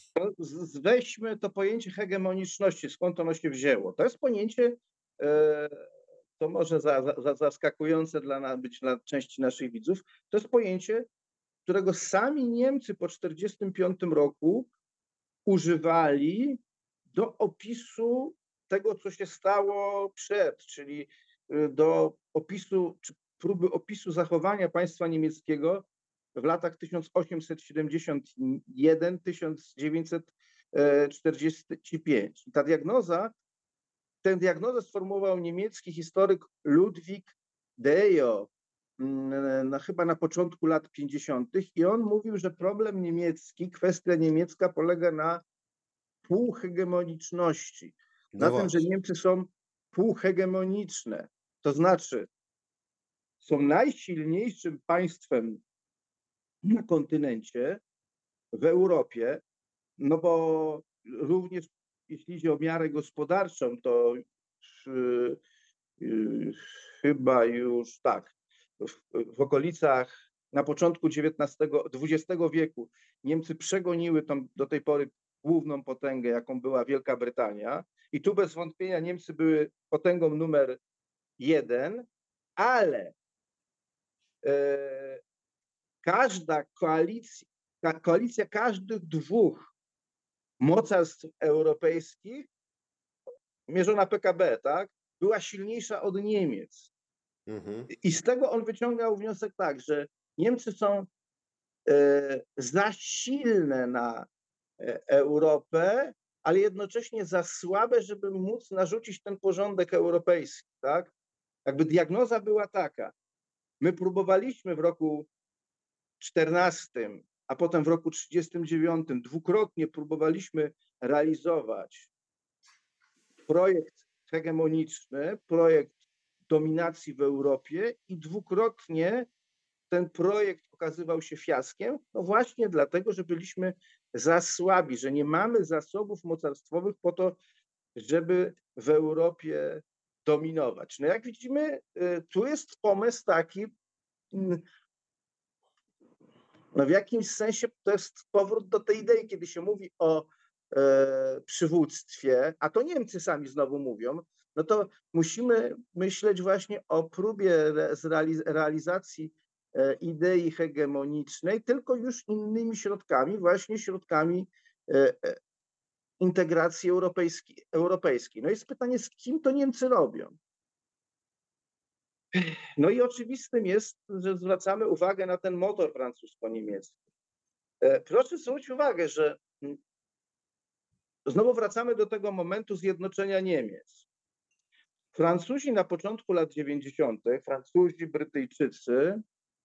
Weźmy to pojęcie hegemoniczności, skąd ono się wzięło. To jest pojęcie e, to może za, za, zaskakujące dla być dla części naszych widzów, to jest pojęcie, którego sami Niemcy po tysiąc dziewięćset czterdziestym piątym roku używali do opisu tego, co się stało przed, czyli do opisu, czy próby opisu zachowania państwa niemieckiego w latach tysiąc osiemset siedemdziesiąt jeden do tysiąc dziewięćset czterdziesty piąty. Ta diagnoza Tę diagnozę sformułował niemiecki historyk Ludwig Dejo no, chyba na początku lat pięćdziesiątych i on mówił, że problem niemiecki, kwestia niemiecka polega na półhegemoniczności. No na właśnie. tym, że Niemcy są półhegemoniczne. To znaczy są najsilniejszym państwem na kontynencie, w Europie, no bo również jeśli idzie o miarę gospodarczą, to yy, yy, chyba już tak, w, w okolicach na początku dziewiętnastego, dwudziestego wieku Niemcy przegoniły tą do tej pory główną potęgę, jaką była Wielka Brytania i tu bez wątpienia Niemcy były potęgą numer jeden, ale yy, każda koalicja, koalicja każdych dwóch mocarstw europejskich, mierzona P K B, tak, była silniejsza od Niemiec. Mhm. I z tego on wyciągał wniosek tak, że Niemcy są e, za silne na e, Europę, ale jednocześnie za słabe, żeby móc narzucić ten porządek europejski, tak? Jakby diagnoza była taka. My próbowaliśmy w roku czternastym a potem w roku tysiąc dziewięćset trzydziestym dziewiątym dwukrotnie próbowaliśmy realizować projekt hegemoniczny, projekt dominacji w Europie i dwukrotnie ten projekt okazywał się fiaskiem, no właśnie dlatego, że byliśmy za słabi, że nie mamy zasobów mocarstwowych po to, żeby w Europie dominować. No jak widzimy, tu jest pomysł taki, no w jakimś sensie to jest powrót do tej idei, kiedy się mówi o e, przywództwie, a to Niemcy sami znowu mówią, no to musimy myśleć właśnie o próbie realiz realizacji e, idei hegemonicznej, tylko już innymi środkami, właśnie środkami e, e, integracji europejskiej, europejskiej. No jest pytanie, z kim to Niemcy robią? No i oczywistym jest, że zwracamy uwagę na ten motor francusko-niemiecki. Proszę zwrócić uwagę, że znowu wracamy do tego momentu zjednoczenia Niemiec. Francuzi na początku lat dziewięćdziesiątych, Francuzi, Brytyjczycy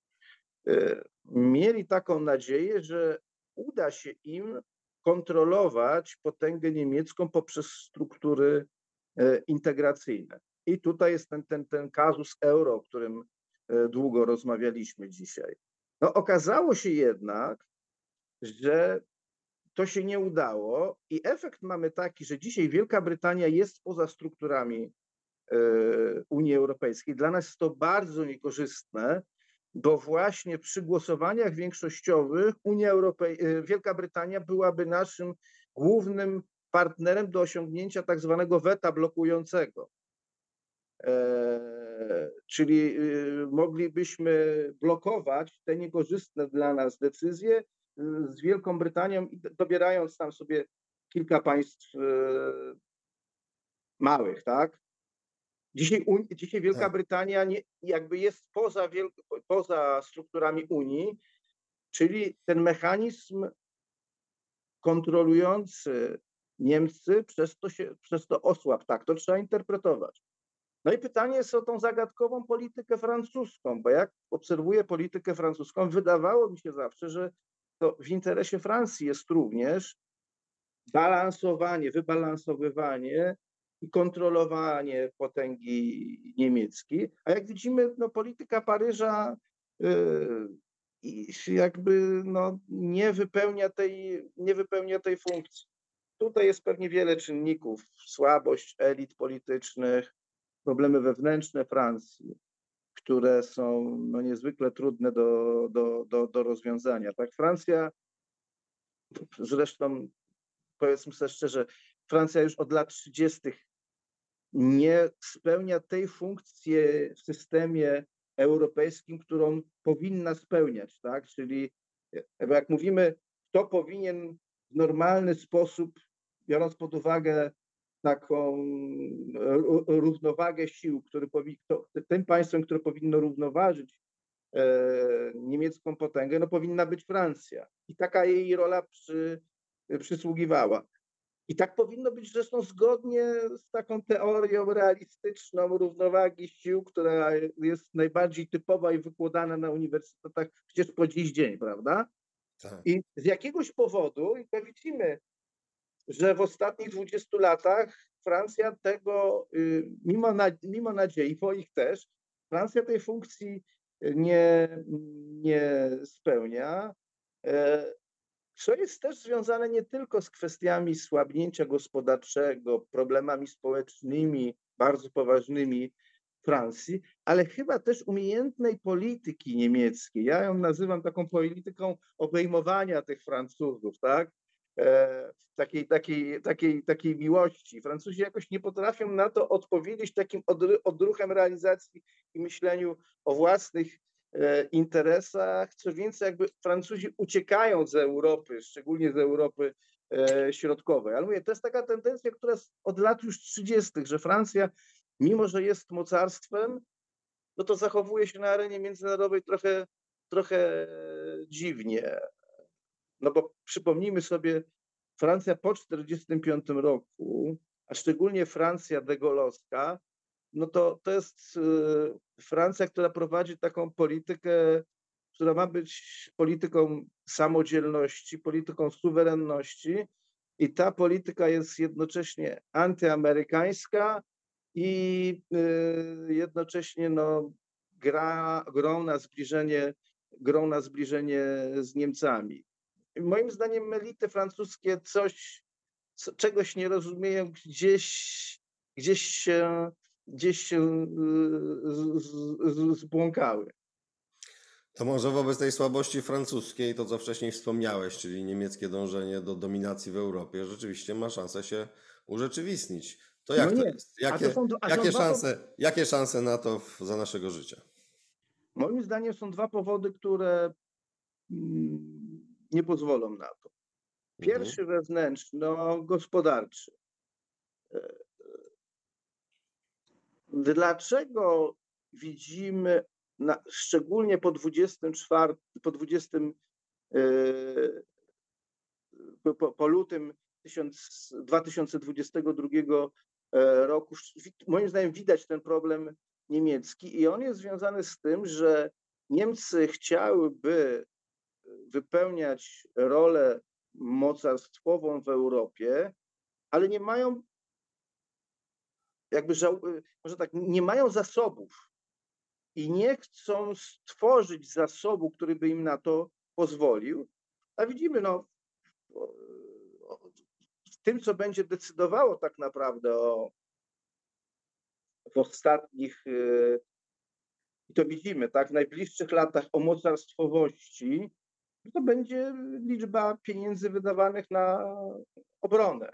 mieli taką nadzieję, że uda się im kontrolować potęgę niemiecką poprzez struktury integracyjne. I tutaj jest ten, ten, ten kazus euro, o którym długo rozmawialiśmy dzisiaj. No, okazało się jednak, że to się nie udało i efekt mamy taki, że dzisiaj Wielka Brytania jest poza strukturami Unii Europejskiej. Dla nas jest to bardzo niekorzystne, bo właśnie przy głosowaniach większościowych Unia Europej- Wielka Brytania byłaby naszym głównym partnerem do osiągnięcia tak zwanego weta blokującego. E, czyli y, moglibyśmy blokować te niekorzystne dla nas decyzje y, z Wielką Brytanią, dobierając tam sobie kilka państw y, małych, tak? Dzisiaj, dzisiaj Wielka Tak. Brytania nie, jakby jest poza, wiel, poza strukturami Unii, czyli ten mechanizm kontrolujący Niemcy przez to, się, przez to osłabł. Tak, to trzeba interpretować. No i pytanie jest o tą zagadkową politykę francuską, bo jak obserwuję politykę francuską, wydawało mi się zawsze, że to w interesie Francji jest również balansowanie, wybalansowywanie i kontrolowanie potęgi niemieckiej, a jak widzimy, no, polityka Paryża yy, jakby no, nie wypełnia tej, nie wypełnia tej funkcji. Tutaj jest pewnie wiele czynników, słabość elit politycznych, problemy wewnętrzne Francji, które są no, niezwykle trudne do, do, do, do rozwiązania. Tak, Francja, zresztą powiedzmy sobie szczerze, Francja już od lat trzydziestych nie spełnia tej funkcji w systemie europejskim, którą powinna spełniać, tak? Czyli jak mówimy, kto powinien w normalny sposób, biorąc pod uwagę taką równowagę sił, który powi, to, tym państwem, które powinno równoważyć e, niemiecką potęgę, no powinna być Francja. I taka jej rola przy, przysługiwała. I tak powinno być zresztą zgodnie z taką teorią realistyczną równowagi sił, która jest najbardziej typowa i wykładana na uniwersytetach przecież po dziś dzień, prawda? Tak. I z jakiegoś powodu, i to widzimy, że w ostatnich dwudziestu latach Francja tego, mimo, mimo nadziei, moich też, Francja tej funkcji nie, nie spełnia, co jest też związane nie tylko z kwestiami słabnięcia gospodarczego, problemami społecznymi bardzo poważnymi Francji, ale chyba też umiejętnej polityki niemieckiej. Ja ją nazywam taką polityką obejmowania tych Francuzów, tak? E, takiej, takiej, takiej, takiej miłości. Francuzi jakoś nie potrafią na to odpowiedzieć takim odruchem realizacji i myśleniu o własnych e, interesach. Co więcej, jakby Francuzi uciekają z Europy, szczególnie z Europy e, Środkowej. Ale mówię, to jest taka tendencja, która jest od lat już trzydziestych, że Francja, mimo że jest mocarstwem, no to zachowuje się na arenie międzynarodowej trochę, trochę dziwnie. No bo przypomnijmy sobie, Francja po tysiąc dziewięćset czterdziestym piątym roku, a szczególnie Francja degolowska, no to, to jest Francja, która prowadzi taką politykę która ma być polityką samodzielności, polityką suwerenności i ta polityka jest jednocześnie antyamerykańska i y, jednocześnie no, gra, grą na zbliżenie, grą na zbliżenie z Niemcami. I moim zdaniem elity francuskie coś, co, czegoś nie rozumieją, gdzieś, gdzieś się, gdzieś się y, z, z, z, zbłąkały. To może wobec tej słabości francuskiej, to co wcześniej wspomniałeś, czyli niemieckie dążenie do dominacji w Europie, rzeczywiście ma szansę się urzeczywistnić. To jak No to nie. jest? A to Jakie, są, a są jakie, dwa, szanse, jakie szanse na to w, za naszego życia? moim zdaniem są dwa powody, które mm, nie pozwolą na to. Mhm. Pierwszy wewnętrzny, no, gospodarczy. E, Dlaczego widzimy, na, szczególnie po dwudziestym czwartym, po dwudziestym, e, po, po, po lutym dwa tysiące dwudziestego drugiego roku, moim zdaniem widać ten problem niemiecki i on jest związany z tym, że Niemcy chciałyby wypełniać rolę mocarstwową w Europie, ale nie mają jakby żał, może tak, nie mają zasobów i nie chcą stworzyć zasobu, który by im na to pozwolił. A widzimy, no, w tym, co będzie decydowało tak naprawdę o w ostatnich, i to widzimy, tak, w najbliższych latach o mocarstwowości, to będzie liczba pieniędzy wydawanych na obronę.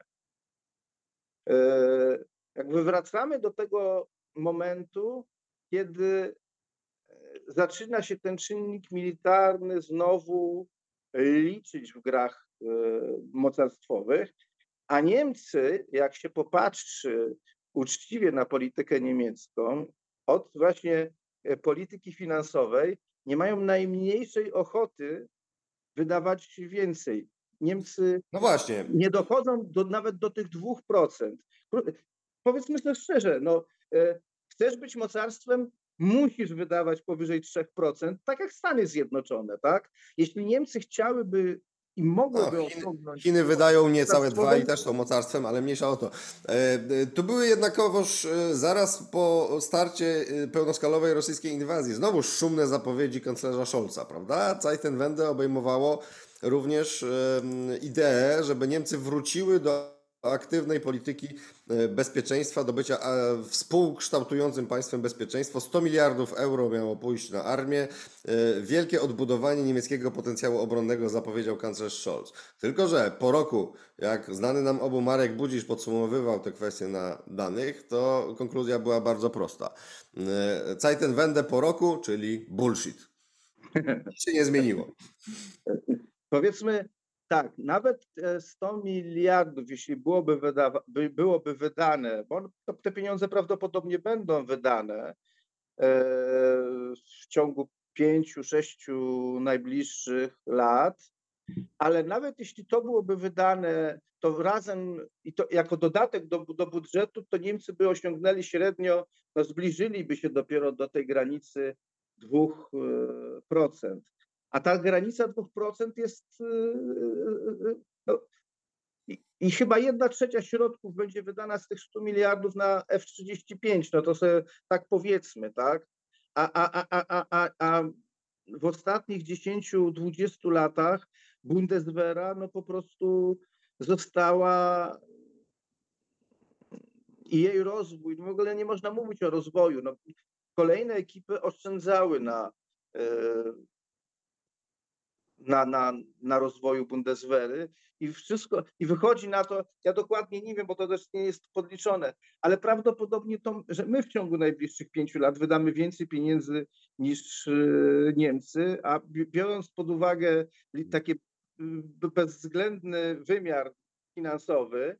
Jakby wracamy do tego momentu, kiedy zaczyna się ten czynnik militarny znowu liczyć w grach mocarstwowych, a Niemcy, jak się popatrzy uczciwie na politykę niemiecką, od właśnie polityki finansowej, nie mają najmniejszej ochoty wydawać więcej. Niemcy No właśnie. nie dochodzą do, nawet do tych dwóch procent. Powiedzmy sobie szczerze, no, e, chcesz być mocarstwem, musisz wydawać powyżej trzy procent, tak jak Stany Zjednoczone, tak? Jeśli Niemcy chciałyby i mogłyby No, Chiny, osiągnąć... Chiny wydają niecałe dwa i też są mocarstwem, ale mniejsza o to. E, e, tu były jednakowoż e, zaraz po starcie e, pełnoskalowej rosyjskiej inwazji znowuż szumne zapowiedzi kanclerza Scholza, prawda? Zeitenwende obejmowało również e, ideę, żeby Niemcy wróciły do aktywnej polityki bezpieczeństwa, do bycia współkształtującym państwem bezpieczeństwa. sto miliardów euro miało pójść na armię. Wielkie odbudowanie niemieckiego potencjału obronnego zapowiedział kanclerz Scholz. Tylko że po roku, jak znany nam obu Marek Budzisz podsumowywał te kwestie na danych, to konkluzja była bardzo prosta. Zeitenwende po roku, czyli bullshit. Nic się nie zmieniło. Powiedzmy tak, nawet sto miliardów, jeśli byłoby, wydawa- by, byłoby wydane, bo to, te pieniądze prawdopodobnie będą wydane e, w ciągu pięciu, sześciu najbliższych lat, ale nawet jeśli to byłoby wydane, to razem i to jako dodatek do, do budżetu, to Niemcy by osiągnęli średnio, no zbliżyliby się dopiero do tej granicy dwóch procent. A ta granica dwóch procent jest no, i, i chyba jedna trzecia środków będzie wydana z tych stu miliardów na F trzydzieści pięć, no to sobie tak powiedzmy, tak? A, a, a, a, a, a w ostatnich dziesięciu, dwudziestu latach Bundeswehra no po prostu została i jej rozwój, w ogóle nie można mówić o rozwoju. No, kolejne ekipy oszczędzały na Na, na, na rozwoju Bundeswehry i wszystko, i wychodzi na to, ja dokładnie nie wiem, bo to też nie jest podliczone, ale prawdopodobnie to, że my w ciągu najbliższych pięciu lat wydamy więcej pieniędzy niż Niemcy, a biorąc pod uwagę taki bezwzględny wymiar finansowy,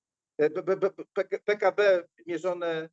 P K B mierzone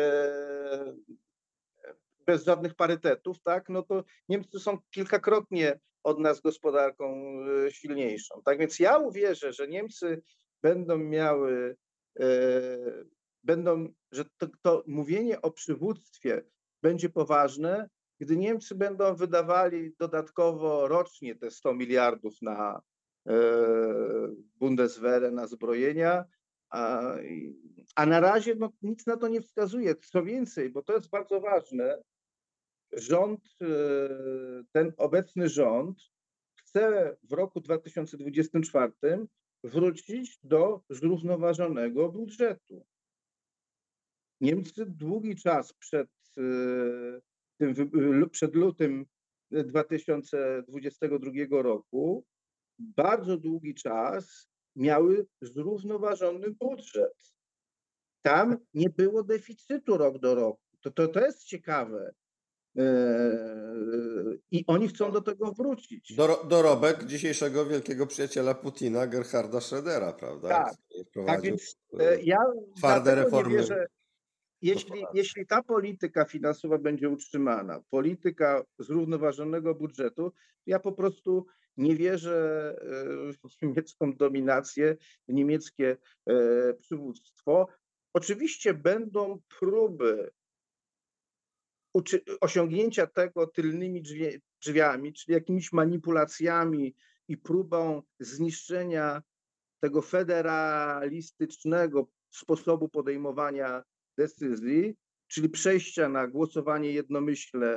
bez żadnych parytetów, tak, no to Niemcy są kilkakrotnie od nas gospodarką silniejszą. Tak więc ja uwierzę, że Niemcy będą miały, e, będą, że to, to mówienie o przywództwie będzie poważne, gdy Niemcy będą wydawali dodatkowo rocznie te sto miliardów na e, Bundeswehrę, na zbrojenia, a, a na razie no, nic na to nie wskazuje. Co więcej, bo to jest bardzo ważne, rząd, e, ten obecny rząd chce w roku dwa tysiące dwudziestym czwartym wrócić do zrównoważonego budżetu. Niemcy długi czas przed, e, tym, wy- przed lutym dwa tysiące dwudziestego drugiego roku bardzo długi czas miały zrównoważony budżet. Tam nie było deficytu rok do roku. To, to, to jest ciekawe. Eee, I oni chcą do tego wrócić. Doro, dorobek dzisiejszego wielkiego przyjaciela Putina, Gerharda Schrödera, prawda? Tak, Który Tak wprowadził więc e, ja twarde dlatego nie reformy wierzę, jeśli, gospodarcze. jeśli ta polityka finansowa będzie utrzymana, polityka zrównoważonego budżetu, ja po prostu nie wierzę e, w niemiecką dominację, w niemieckie e, przywództwo. Oczywiście będą próby uczy- osiągnięcia tego tylnymi drzwi, drzwiami, czyli jakimiś manipulacjami i próbą zniszczenia tego federalistycznego sposobu podejmowania decyzji, czyli przejścia na głosowanie jednomyślne e,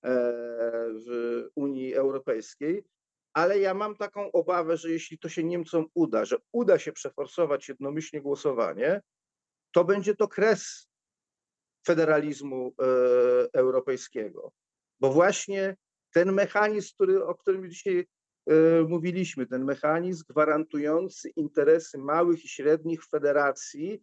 w Unii Europejskiej. Ale ja mam taką obawę, że jeśli to się Niemcom uda, że uda się przeforsować jednomyślnie głosowanie, to będzie to kres federalizmu e, europejskiego. Bo właśnie ten mechanizm, który, o którym dzisiaj e, mówiliśmy, ten mechanizm gwarantujący interesy małych i średnich federacji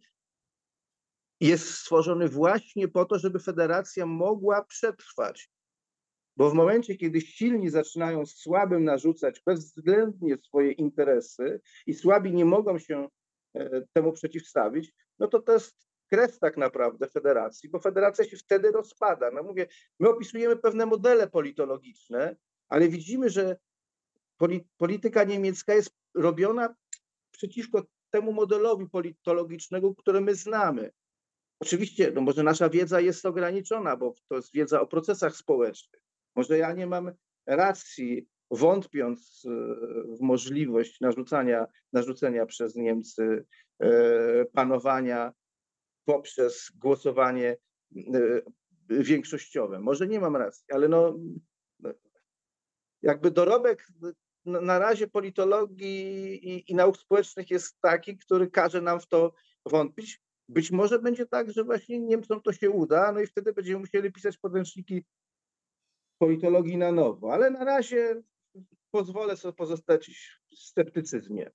jest stworzony właśnie po to, żeby federacja mogła przetrwać. Bo w momencie, kiedy silni zaczynają słabym narzucać bezwzględnie swoje interesy i słabi nie mogą się e, temu przeciwstawić, no to to jest kres tak naprawdę federacji, bo federacja się wtedy rozpada. No mówię, my opisujemy pewne modele politologiczne, ale widzimy, że poli- polityka niemiecka jest robiona przeciwko temu modelowi politologicznemu, który my znamy. Oczywiście, no może nasza wiedza jest ograniczona, bo to jest wiedza o procesach społecznych. Może ja nie mam racji, wątpiąc e, w możliwość narzucania, narzucenia przez Niemcy e, panowania poprzez głosowanie e, większościowe. Może nie mam racji, ale no, no jakby dorobek na na razie politologii i, i nauk społecznych jest taki, który każe nam w to wątpić. Być może będzie tak, że właśnie Niemcom to się uda, no i wtedy będziemy musieli pisać podręczniki politologii na nowo, ale na razie pozwolę sobie pozostać w sceptycyzmie.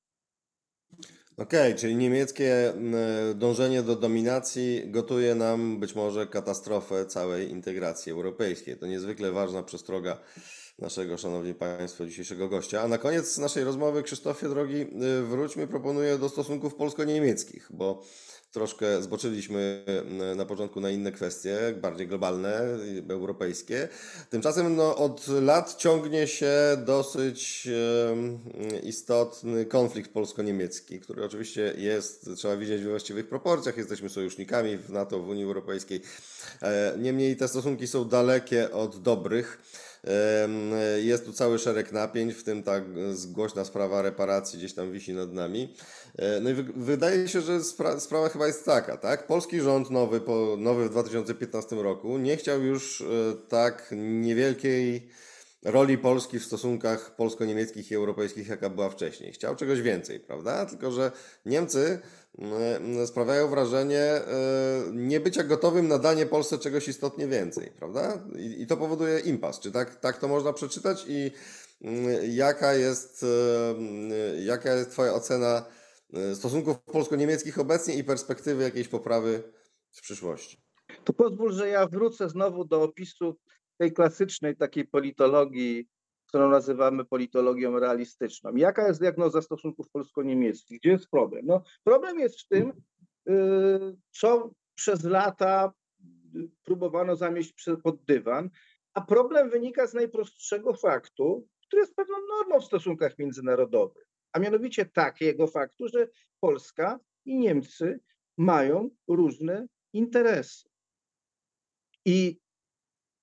Okej, czyli niemieckie m, dążenie do dominacji gotuje nam być może katastrofę całej integracji europejskiej. To niezwykle ważna przestroga naszego, szanowni państwo, dzisiejszego gościa. A na koniec naszej rozmowy, Krzysztofie drogi, y, wróćmy, proponuję do stosunków polsko-niemieckich, bo troszkę zboczyliśmy y, na początku na inne kwestie, bardziej globalne, y, europejskie. Tymczasem no, od lat ciągnie się dosyć y, istotny konflikt polsko-niemiecki, który oczywiście jest, trzeba widzieć we właściwych proporcjach. Jesteśmy sojusznikami w NATO, w Unii Europejskiej. E, Niemniej te stosunki są dalekie od dobrych. Em, Jest tu cały szereg napięć, w tym ta głośna sprawa reparacji gdzieś tam wisi nad nami. E, No i wy- wydaje się, że spra sprawa chyba jest taka, tak? Polski rząd nowy, po, nowy w dwa tysiące piętnastym roku nie chciał już e, tak niewielkiej roli Polski w stosunkach polsko-niemieckich i europejskich, jaka była wcześniej. Chciał czegoś więcej, prawda? Tylko że Niemcy mm, sprawiają wrażenie y, niebycia gotowym na danie Polsce czegoś istotnie więcej, prawda? I, i to powoduje impas. Czy tak, tak to można przeczytać? I y, jaka jest, y, jaka jest Twoja ocena y, stosunków polsko-niemieckich obecnie i perspektywy jakiejś poprawy w przyszłości? To pozwól, że ja wrócę znowu do opisu tej klasycznej takiej politologii, którą nazywamy politologią realistyczną. Jaka jest diagnoza stosunków polsko-niemieckich? Gdzie jest problem? No, problem jest w tym, yy, co przez lata yy, próbowano zamieść prze- pod dywan, a problem wynika z najprostszego faktu, który jest pewną normą w stosunkach międzynarodowych, a mianowicie takiego faktu, że Polska i Niemcy mają różne interesy. I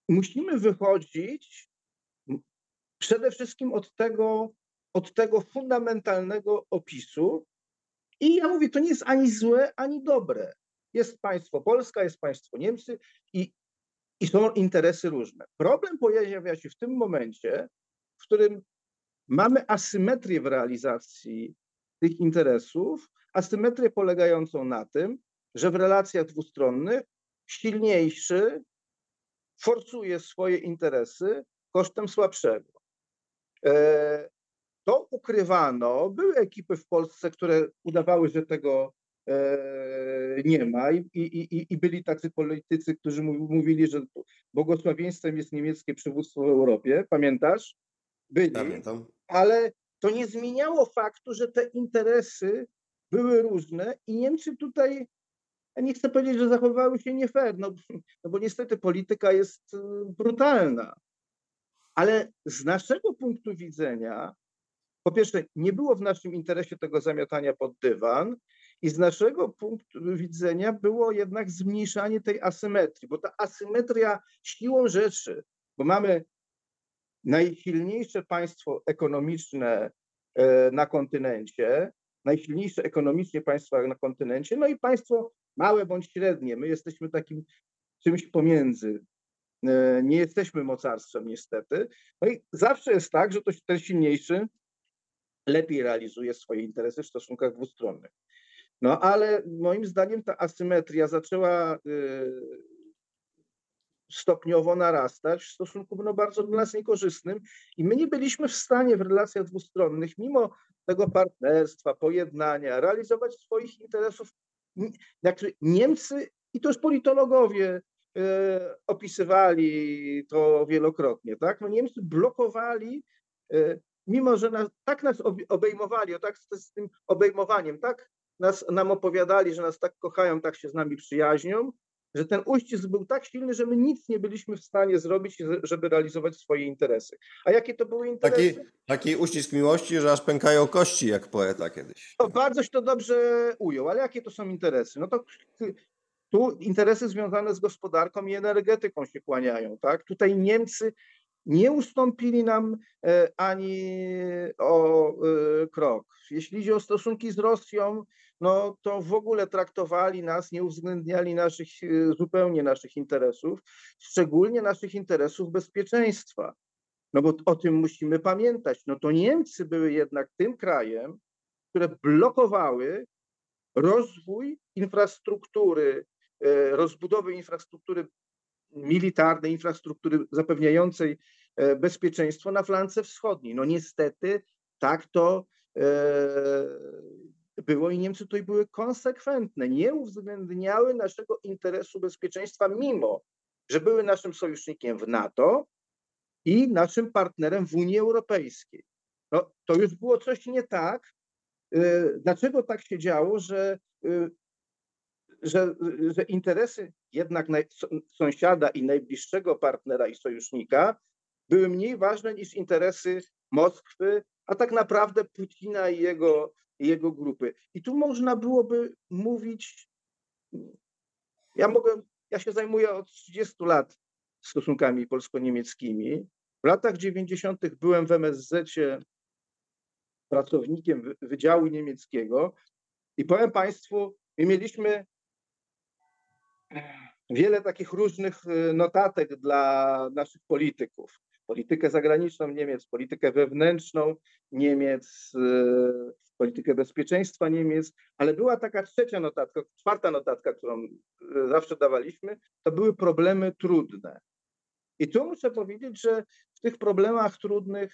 musimy wychodzić przede wszystkim od tego, od tego fundamentalnego opisu. I ja mówię, to nie jest ani złe, ani dobre. Jest państwo Polska, jest państwo Niemcy i, i są interesy różne. Problem pojawia się w tym momencie, w którym mamy asymetrię w realizacji tych interesów, asymetrię polegającą na tym, że w relacjach dwustronnych silniejszy forsuje swoje interesy kosztem słabszego. To ukrywano. Były ekipy w Polsce, które udawały, że tego nie ma i, i, i, i byli tacy politycy, którzy mówili, że błogosławieństwem jest niemieckie przywództwo w Europie. Pamiętasz? Byli. Pamiętam. Ale to nie zmieniało faktu, że te interesy były różne i Niemcy tutaj, ja nie chcę powiedzieć, że zachowały się nie fair, no, no bo niestety polityka jest brutalna. Ale z naszego punktu widzenia, po pierwsze, nie było w naszym interesie tego zamiatania pod dywan i z naszego punktu widzenia było jednak zmniejszanie tej asymetrii, bo ta asymetria siłą rzeczy, bo mamy najsilniejsze państwo ekonomiczne na kontynencie, najsilniejsze ekonomicznie państwo na kontynencie, no i państwo małe bądź średnie. My jesteśmy takim czymś pomiędzy. Nie jesteśmy mocarstwem niestety. No i zawsze jest tak, że to ten silniejszy lepiej realizuje swoje interesy w stosunkach dwustronnych. No ale moim zdaniem ta asymetria zaczęła stopniowo narastać w stosunku no, bardzo dla nas niekorzystnym i my nie byliśmy w stanie w relacjach dwustronnych, mimo tego partnerstwa, pojednania, realizować swoich interesów. Jak Niemcy, i to już politologowie e, opisywali to wielokrotnie, tak? No, Niemcy blokowali, e, mimo że nas, tak nas obejmowali, o tak z, z tym obejmowaniem, tak nas, nam opowiadali, że nas tak kochają, tak się z nami przyjaźnią, że ten uścisk był tak silny, że my nic nie byliśmy w stanie zrobić, żeby realizować swoje interesy. A jakie to były interesy? Taki, taki uścisk miłości, że aż pękają kości, jak poeta kiedyś. To bardzoś to dobrze ujął, ale jakie to są interesy? No to tu interesy związane z gospodarką i energetyką się kłaniają, tak? Tutaj Niemcy nie ustąpili nam ani o krok. Jeśli idzie o stosunki z Rosją, no to w ogóle traktowali nas, nie uwzględniali naszych, zupełnie naszych interesów, szczególnie naszych interesów bezpieczeństwa. No bo o tym musimy pamiętać. No to Niemcy były jednak tym krajem, które blokowały rozwój infrastruktury, rozbudowy infrastruktury militarnej, infrastruktury zapewniającej bezpieczeństwo na flance wschodniej. No niestety tak to było i Niemcy tutaj były konsekwentne. Nie uwzględniały naszego interesu bezpieczeństwa, mimo że były naszym sojusznikiem w NATO i naszym partnerem w Unii Europejskiej. No, to już było coś nie tak. Dlaczego tak się działo, że, że, że interesy jednak sąsiada i najbliższego partnera i sojusznika były mniej ważne niż interesy Moskwy, a tak naprawdę Putina i jego, i jego grupy. I tu można byłoby mówić, ja mogę, ja się zajmuję od trzydziestu lat stosunkami polsko-niemieckimi. W latach dziewięćdziesiątych byłem w M S Z-cie pracownikiem Wydziału Niemieckiego i powiem Państwu, my mieliśmy wiele takich różnych notatek dla naszych polityków. Politykę zagraniczną Niemiec, politykę wewnętrzną Niemiec, politykę bezpieczeństwa Niemiec, ale była taka trzecia notatka, czwarta notatka, którą zawsze dawaliśmy, to były problemy trudne. I tu muszę powiedzieć, że w tych problemach trudnych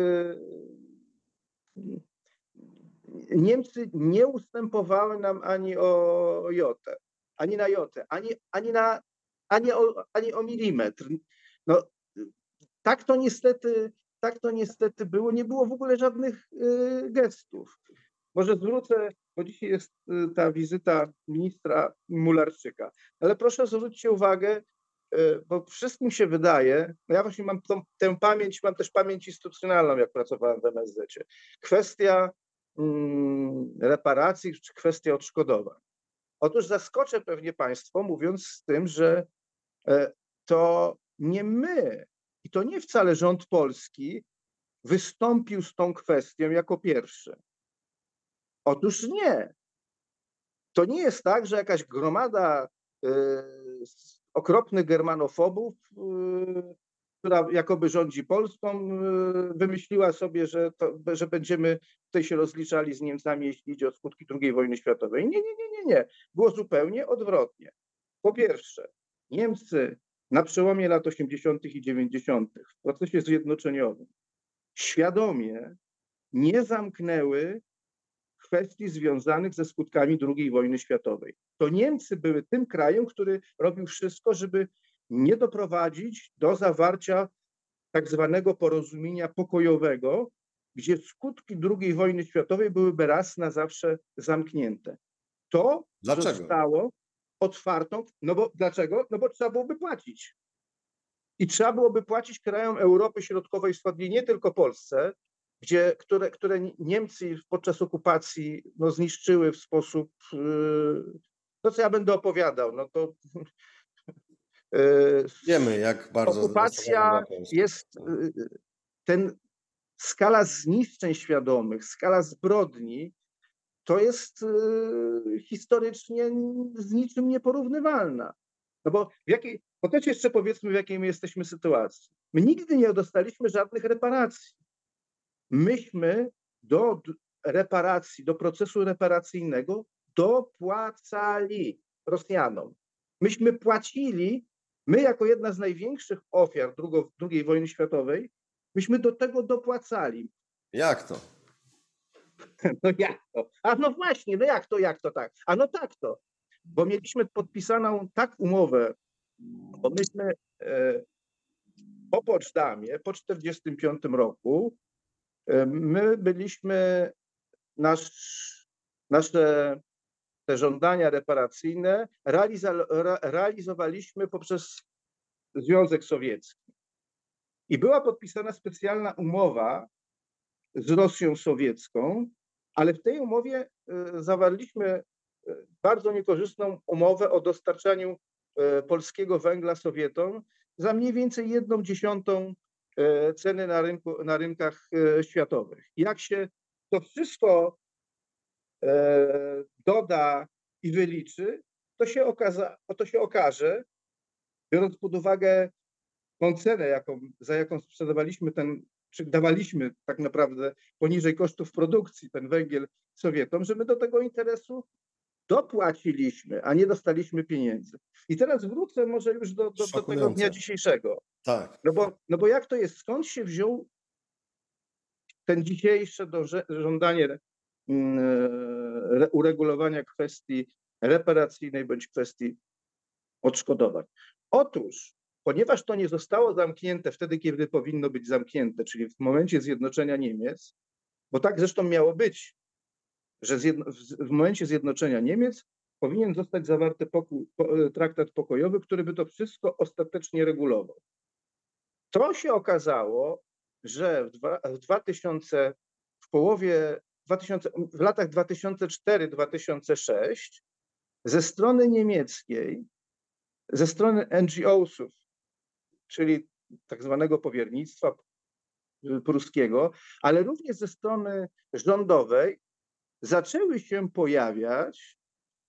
Niemcy nie ustępowały nam ani o jotę, ani na jotę, ani, ani, na, ani, o, ani o milimetr. No, tak to niestety, tak to niestety było. Nie było w ogóle żadnych y, gestów. Może zwrócę, bo dzisiaj jest y, ta wizyta ministra Mularczyka, ale proszę zwróćcie uwagę, y, bo wszystkim się wydaje, no ja właśnie mam tą, tę pamięć, mam też pamięć instytucjonalną, jak pracowałem w M S Z-cie. Kwestia y, reparacji czy kwestia odszkodowań. Otóż zaskoczę pewnie Państwo, mówiąc z tym, że y, to nie my, i to nie wcale rząd polski wystąpił z tą kwestią jako pierwszy. Otóż nie. To nie jest tak, że jakaś gromada y, okropnych germanofobów, y, która jakoby rządzi Polską, y, wymyśliła sobie, że, to, że będziemy tutaj się rozliczali z Niemcami, jeśli idzie o skutki drugiej wojny światowej. Nie, nie, nie, nie, nie. Było zupełnie odwrotnie. Po pierwsze, Niemcy na przełomie lat osiemdziesiątych i dziewięćdziesiątych w procesie zjednoczeniowym świadomie nie zamknęły kwestii związanych ze skutkami drugiej wojny światowej. To Niemcy były tym krajem, który robił wszystko, żeby nie doprowadzić do zawarcia tak zwanego porozumienia pokojowego, gdzie skutki drugiej wojny światowej byłyby raz na zawsze zamknięte. To Dlaczego? zostało otwartą, no bo dlaczego? No bo trzeba byłoby płacić. I trzeba byłoby płacić krajom Europy Środkowej i Wschodniej, nie tylko Polsce, gdzie, które, które Niemcy podczas okupacji no, zniszczyły w sposób, yy, to co ja będę opowiadał, no to yy, Wiemy, jak bardzo okupacja jest, yy, ten skala zniszczeń świadomych, skala zbrodni, to jest yy, historycznie z niczym nieporównywalna. No bo, w jakiej, bo też jeszcze powiedzmy, w jakiej my jesteśmy sytuacji. My nigdy nie dostaliśmy żadnych reparacji. Myśmy do reparacji, do procesu reparacyjnego dopłacali Rosjanom. Myśmy płacili, my jako jedna z największych ofiar drugo, drugiej wojny światowej, myśmy do tego dopłacali. Jak to? No jak to? A no właśnie, no jak to, jak to tak? A no tak to, bo mieliśmy podpisaną tak umowę, bo myśmy e, po Poczdamie, po czterdziestym piątym roku, my byliśmy, nasz, nasze te żądania reparacyjne realiza, re, realizowaliśmy poprzez Związek Sowiecki. I była podpisana specjalna umowa z Rosją Sowiecką, ale w tej umowie zawarliśmy bardzo niekorzystną umowę o dostarczaniu polskiego węgla Sowietom za mniej więcej jedną dziesiątą ceny na, rynku, na rynkach światowych. Jak się to wszystko doda i wyliczy, to się, okaza, to się okaże, biorąc pod uwagę tą cenę, jaką, za jaką sprzedawaliśmy ten, czy dawaliśmy tak naprawdę poniżej kosztów produkcji ten węgiel Sowietom, że my do tego interesu dopłaciliśmy, a nie dostaliśmy pieniędzy. I teraz wrócę może już do, do, do tego dnia dzisiejszego. Tak. No bo, no bo jak to jest, skąd się wziął ten dzisiejsze żądanie uregulowania kwestii reparacyjnej bądź kwestii odszkodowań? Otóż, ponieważ to nie zostało zamknięte wtedy, kiedy powinno być zamknięte, czyli w momencie zjednoczenia Niemiec, bo tak zresztą miało być, że w momencie zjednoczenia Niemiec powinien zostać zawarty pokój, traktat pokojowy, który by to wszystko ostatecznie regulował. To się okazało, że w, dwa, w dwa tysiące, w połowie, dwa tysiące, w latach dwa tysiące czwarty do dwa tysiące szóstego ze strony niemieckiej, ze strony N G O sów, czyli tak zwanego powiernictwa pruskiego, ale również ze strony rządowej zaczęły się pojawiać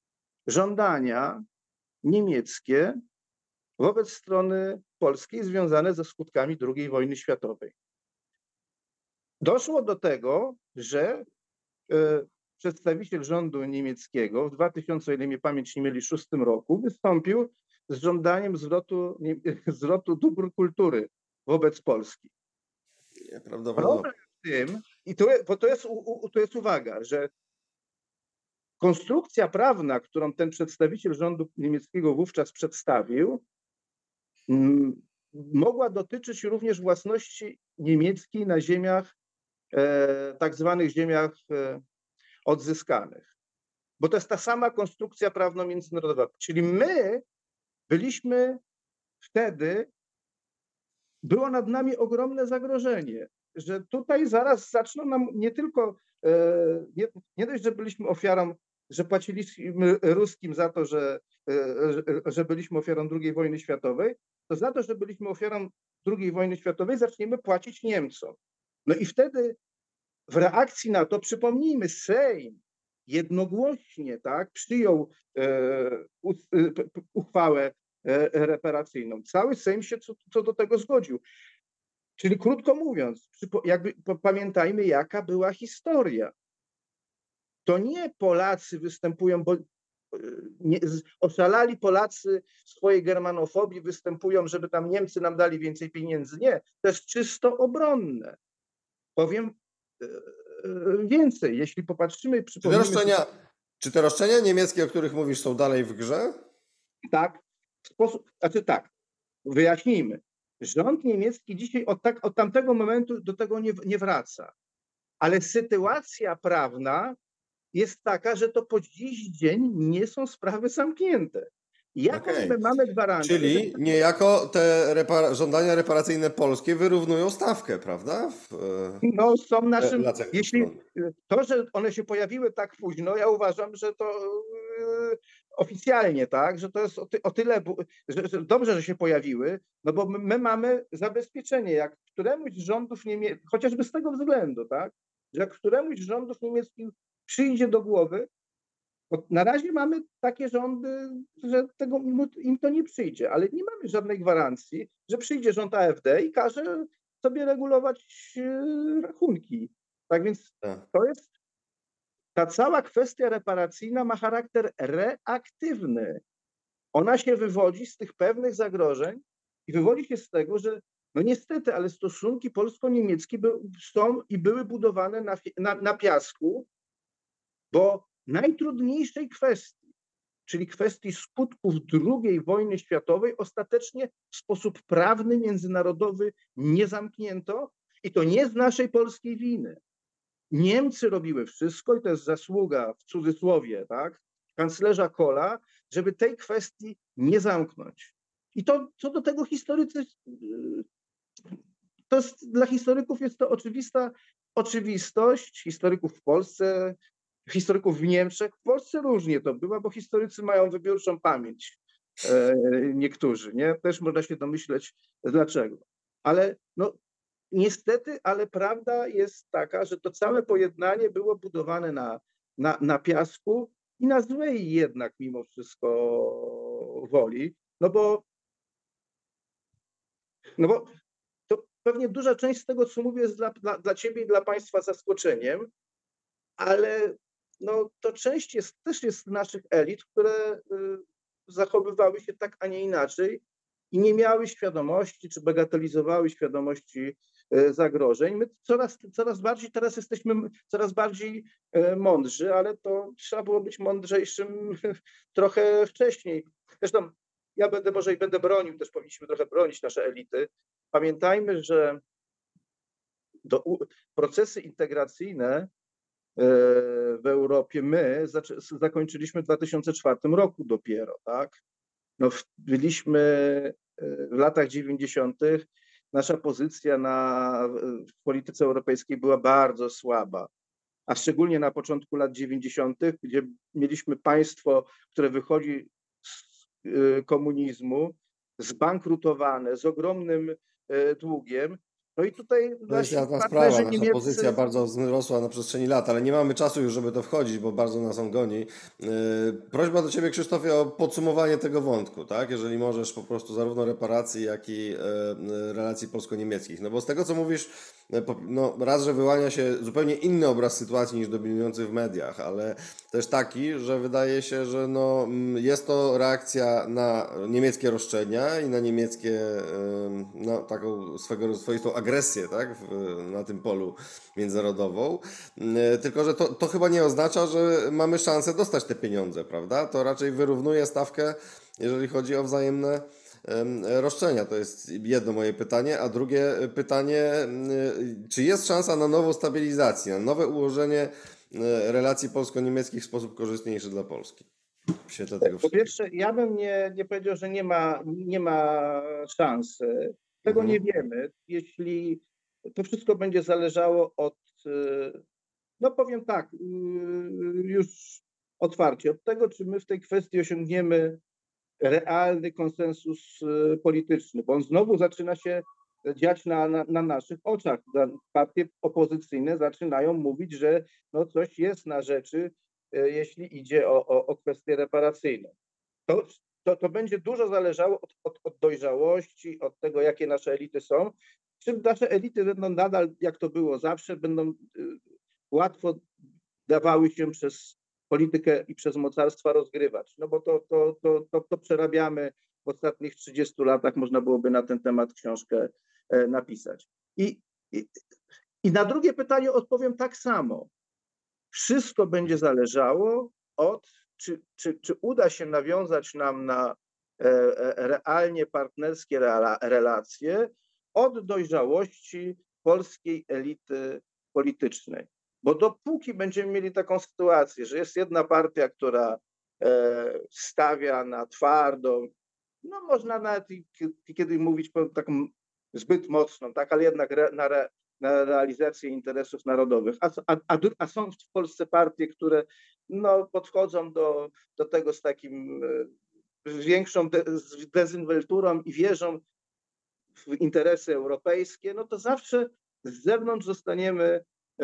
żądania niemieckie wobec strony polskiej związane ze skutkami drugiej wojny światowej. Doszło do tego, że e, przedstawiciel rządu niemieckiego w dwa tysiące, o ile mnie pamięć nie myli, szóstym roku wystąpił z żądaniem zwrotu, zwrotu dóbr kultury wobec Polski. Problem w tym, i to, bo to jest, u, to jest uwaga, że konstrukcja prawna, którą ten przedstawiciel rządu niemieckiego wówczas przedstawił, m, mogła dotyczyć również własności niemieckiej na ziemiach, e, tak zwanych ziemiach e, odzyskanych. Bo to jest ta sama konstrukcja prawno-międzynarodowa. Czyli my byliśmy wtedy, było nad nami ogromne zagrożenie, że tutaj zaraz zaczną nam nie tylko, e, nie, nie dość, że byliśmy ofiarą że płaciliśmy ruskim za to, że, że, że byliśmy ofiarą drugiej wojny światowej, to za to, że byliśmy ofiarą drugiej wojny światowej, zaczniemy płacić Niemcom. No i wtedy w reakcji na to, przypomnijmy, Sejm jednogłośnie, tak, przyjął e, u, e, uchwałę e, reparacyjną. Cały Sejm się co, co do tego zgodził. Czyli krótko mówiąc, jakby pamiętajmy, jaka była historia. To nie Polacy występują, bo nie, oszalali Polacy w swojej germanofobii, występują, żeby tam Niemcy nam dali więcej pieniędzy. Nie, to jest czysto obronne. Powiem więcej, jeśli popatrzymy... Czy te, roszczenia, czy te roszczenia niemieckie, o których mówisz, są dalej w grze? Tak, w sposób, znaczy tak, wyjaśnijmy. Rząd niemiecki dzisiaj od, tak, od tamtego momentu do tego nie, nie wraca. Ale sytuacja prawna jest taka, że to po dziś dzień nie są sprawy zamknięte. Jaką Okay. my mamy gwarancję? Czyli że... niejako te repara- żądania reparacyjne polskie wyrównują stawkę, prawda? W, no są naszym... relacjach Jeśli stron. to, że one się pojawiły tak późno, ja uważam, że to yy, oficjalnie, tak, że to jest o, ty, o tyle, że, że dobrze, że się pojawiły, no bo my, my mamy zabezpieczenie, jak któremuś z rządów niemieckich, chociażby z tego względu, tak, że jak któremuś z rządów niemieckich przyjdzie do głowy, bo na razie mamy takie rządy, że tego, im to nie przyjdzie, ale nie mamy żadnej gwarancji, że przyjdzie rząd A F D i każe sobie regulować rachunki. Tak więc to jest, ta cała kwestia reparacyjna ma charakter reaktywny. Ona się wywodzi z tych pewnych zagrożeń i wywodzi się z tego, że no niestety, ale stosunki polsko-niemieckie są i były budowane na, na, na piasku, bo najtrudniejszej kwestii, czyli kwestii skutków drugiej wojny światowej, ostatecznie w sposób prawny, międzynarodowy nie zamknięto i to nie z naszej polskiej winy. Niemcy robiły wszystko i to jest zasługa, w cudzysłowie, tak, kanclerza Kohla, żeby tej kwestii nie zamknąć. I to, co do tego historycy, to jest, dla historyków jest to oczywista oczywistość, historyków w Polsce, historyków w Niemczech. W Polsce różnie to bywa, bo historycy mają wybiórczą pamięć. E, niektórzy, nie? Też można się domyśleć dlaczego. Ale no niestety, ale prawda jest taka, że to całe pojednanie było budowane na, na, na piasku i na złej jednak mimo wszystko woli, no bo no bo to pewnie duża część z tego, co mówię, jest dla, dla, dla ciebie i dla państwa zaskoczeniem, ale no, to część jest, też jest naszych elit, które y, zachowywały się tak, a nie inaczej i nie miały świadomości, czy bagatelizowały świadomości y, zagrożeń. My coraz, coraz bardziej teraz jesteśmy coraz bardziej y, mądrzy, ale to trzeba było być mądrzejszym trochę wcześniej. Zresztą ja będę może i będę bronił, też powinniśmy trochę bronić nasze elity. Pamiętajmy, że do, procesy integracyjne w Europie my zakończyliśmy w dwa tysiące czwartym roku dopiero, tak? No, byliśmy w latach dziewięćdziesiątych, nasza pozycja na, w polityce europejskiej była bardzo słaba, a szczególnie na początku lat dziewięćdziesiątych, gdzie mieliśmy państwo, które wychodzi z komunizmu, zbankrutowane, z ogromnym długiem. No i tutaj To jest jasna partnerzy sprawa, nasza niemieccy... pozycja bardzo wzrosła na przestrzeni lat, ale nie mamy czasu już, żeby to wchodzić, bo bardzo nas on goni. Yy, prośba do Ciebie, Krzysztofie, o podsumowanie tego wątku, tak? Jeżeli możesz, po prostu zarówno reparacji, jak i yy, relacji polsko-niemieckich. No bo z tego, co mówisz, no raz, że wyłania się zupełnie inny obraz sytuacji niż dominujący w mediach, ale też taki, że wydaje się, że no, jest to reakcja na niemieckie roszczenia i na niemieckie, no, taką swego, swoistą agresję, tak, na tym polu międzynarodową. Tylko, że to, to chyba nie oznacza, że mamy szansę dostać te pieniądze, prawda? To raczej wyrównuje stawkę, jeżeli chodzi o wzajemne roszczenia. To jest jedno moje pytanie, a drugie pytanie, czy jest szansa na nową stabilizację, na nowe ułożenie relacji polsko-niemieckich w sposób korzystniejszy dla Polski? W świetle tego Po pierwsze, ja bym nie, nie powiedział, że nie ma, nie ma szans. Tego mhm. nie wiemy. Jeśli to wszystko będzie zależało od, no powiem tak, już otwarcie. Od tego, czy my w tej kwestii osiągniemy realny konsensus polityczny, bo on znowu zaczyna się dziać na, na, na naszych oczach. Partie opozycyjne zaczynają mówić, że no coś jest na rzeczy, jeśli idzie o, o, o kwestie reparacyjne. To, to, to będzie dużo zależało od, od, od dojrzałości, od tego, jakie nasze elity są. Czy nasze elity będą nadal, jak to było zawsze, będą łatwo dawały się przez politykę i przez mocarstwa rozgrywać. No bo to, to, to, to, to przerabiamy w ostatnich trzydziestu latach, można byłoby na ten temat książkę napisać. I, i, i na drugie pytanie odpowiem tak samo. Wszystko będzie zależało od, czy, czy, czy uda się nawiązać nam na realnie partnerskie relacje, od dojrzałości polskiej elity politycznej. Bo dopóki będziemy mieli taką sytuację, że jest jedna partia, która stawia na twardą, no można nawet kiedy mówić taką zbyt mocną, tak, ale jednak na, re, na realizację interesów narodowych. A, a, a są w Polsce partie, które no, podchodzą do, do tego z takim z większą dezynwelturą i wierzą w interesy europejskie, no to zawsze z zewnątrz zostaniemy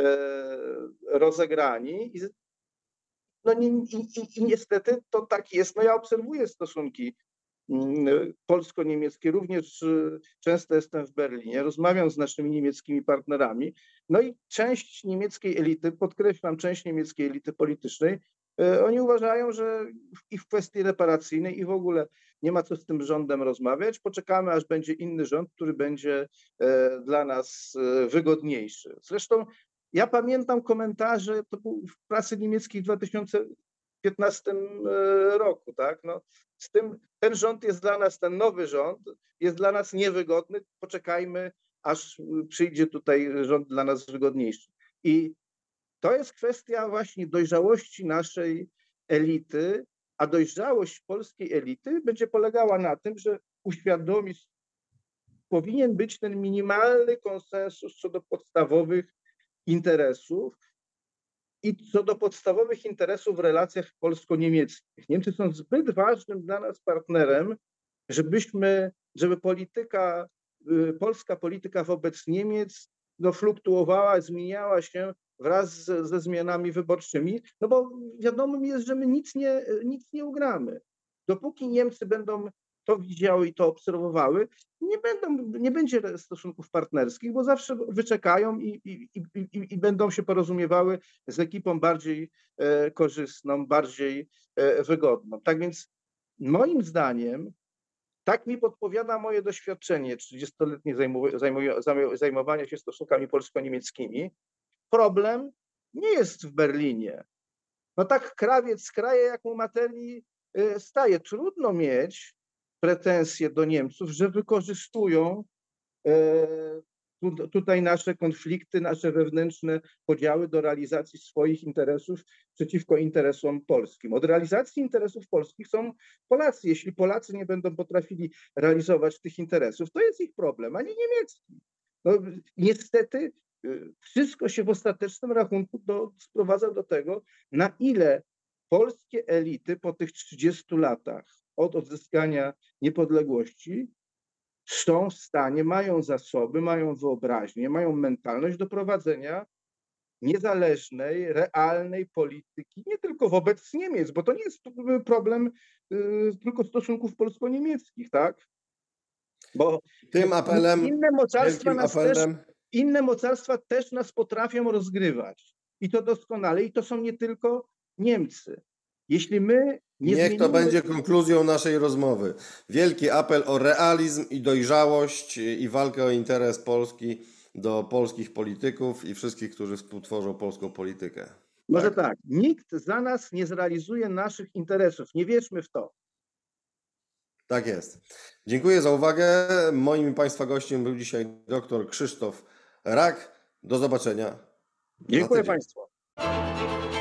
rozegrani. I, no, i, i, i niestety to tak jest. No ja obserwuję stosunki polsko-niemieckie, również często jestem w Berlinie, rozmawiam z naszymi niemieckimi partnerami, no i część niemieckiej elity, podkreślam, część niemieckiej elity politycznej, oni uważają, że i w kwestii reparacyjnej i w ogóle nie ma co z tym rządem rozmawiać, poczekamy, aż będzie inny rząd, który będzie dla nas wygodniejszy. Zresztą ja pamiętam komentarze, to był w prasy niemieckiej w dwa tysiące piętnastym roku, tak? No, z tym, ten rząd jest dla nas, ten nowy rząd jest dla nas niewygodny, poczekajmy, aż przyjdzie tutaj rząd dla nas wygodniejszy. I to jest kwestia właśnie dojrzałości naszej elity, a dojrzałość polskiej elity będzie polegała na tym, że uświadomić, powinien być ten minimalny konsensus co do podstawowych interesów i co do podstawowych interesów w relacjach polsko-niemieckich. Niemcy są zbyt ważnym dla nas partnerem, żebyśmy, żeby polityka, polska polityka wobec Niemiec no, fluktuowała, zmieniała się wraz z, ze zmianami wyborczymi, no bo wiadomo mi jest, że my nic nie, nic nie ugramy. Dopóki Niemcy będą to widziały i to obserwowały, nie, będą, nie będzie stosunków partnerskich, bo zawsze wyczekają i, i, i, i będą się porozumiewały z ekipą bardziej e, korzystną, bardziej e, wygodną. Tak więc moim zdaniem, tak mi podpowiada moje doświadczenie trzydziestoletnie zajmowania się stosunkami polsko-niemieckimi, problem nie jest w Berlinie. No tak krawiec kraje, jak mu materii staje. Trudno mieć pretensje do Niemców, że wykorzystują tutaj nasze konflikty, nasze wewnętrzne podziały do realizacji swoich interesów przeciwko interesom polskim. Od realizacji interesów polskich są Polacy. Jeśli Polacy nie będą potrafili realizować tych interesów, to jest ich problem, a nie niemiecki. No, niestety wszystko się w ostatecznym rachunku do, sprowadza do tego, na ile polskie elity po tych trzydziestu latach od odzyskania niepodległości są w stanie, mają zasoby, mają wyobraźnię, mają mentalność do prowadzenia niezależnej, realnej polityki, nie tylko wobec Niemiec, bo to nie jest problem y, tylko stosunków polsko-niemieckich, tak? Bo tym apelem, inne mocarstwa nas apelem... też, inne mocarstwa też nas potrafią rozgrywać. I to doskonale. I to są nie tylko Niemcy. Jeśli my nie Niech zmienimy... to będzie konkluzją naszej rozmowy. Wielki apel o realizm i dojrzałość i walkę o interes Polski do polskich polityków i wszystkich, którzy współtworzą polską politykę. Może tak? tak. Nikt za nas nie zrealizuje naszych interesów. Nie wierzmy w to. Tak jest. Dziękuję za uwagę. Moim i Państwa gościem był dzisiaj dr Krzysztof Rak. Do zobaczenia. Dziękuję Państwu.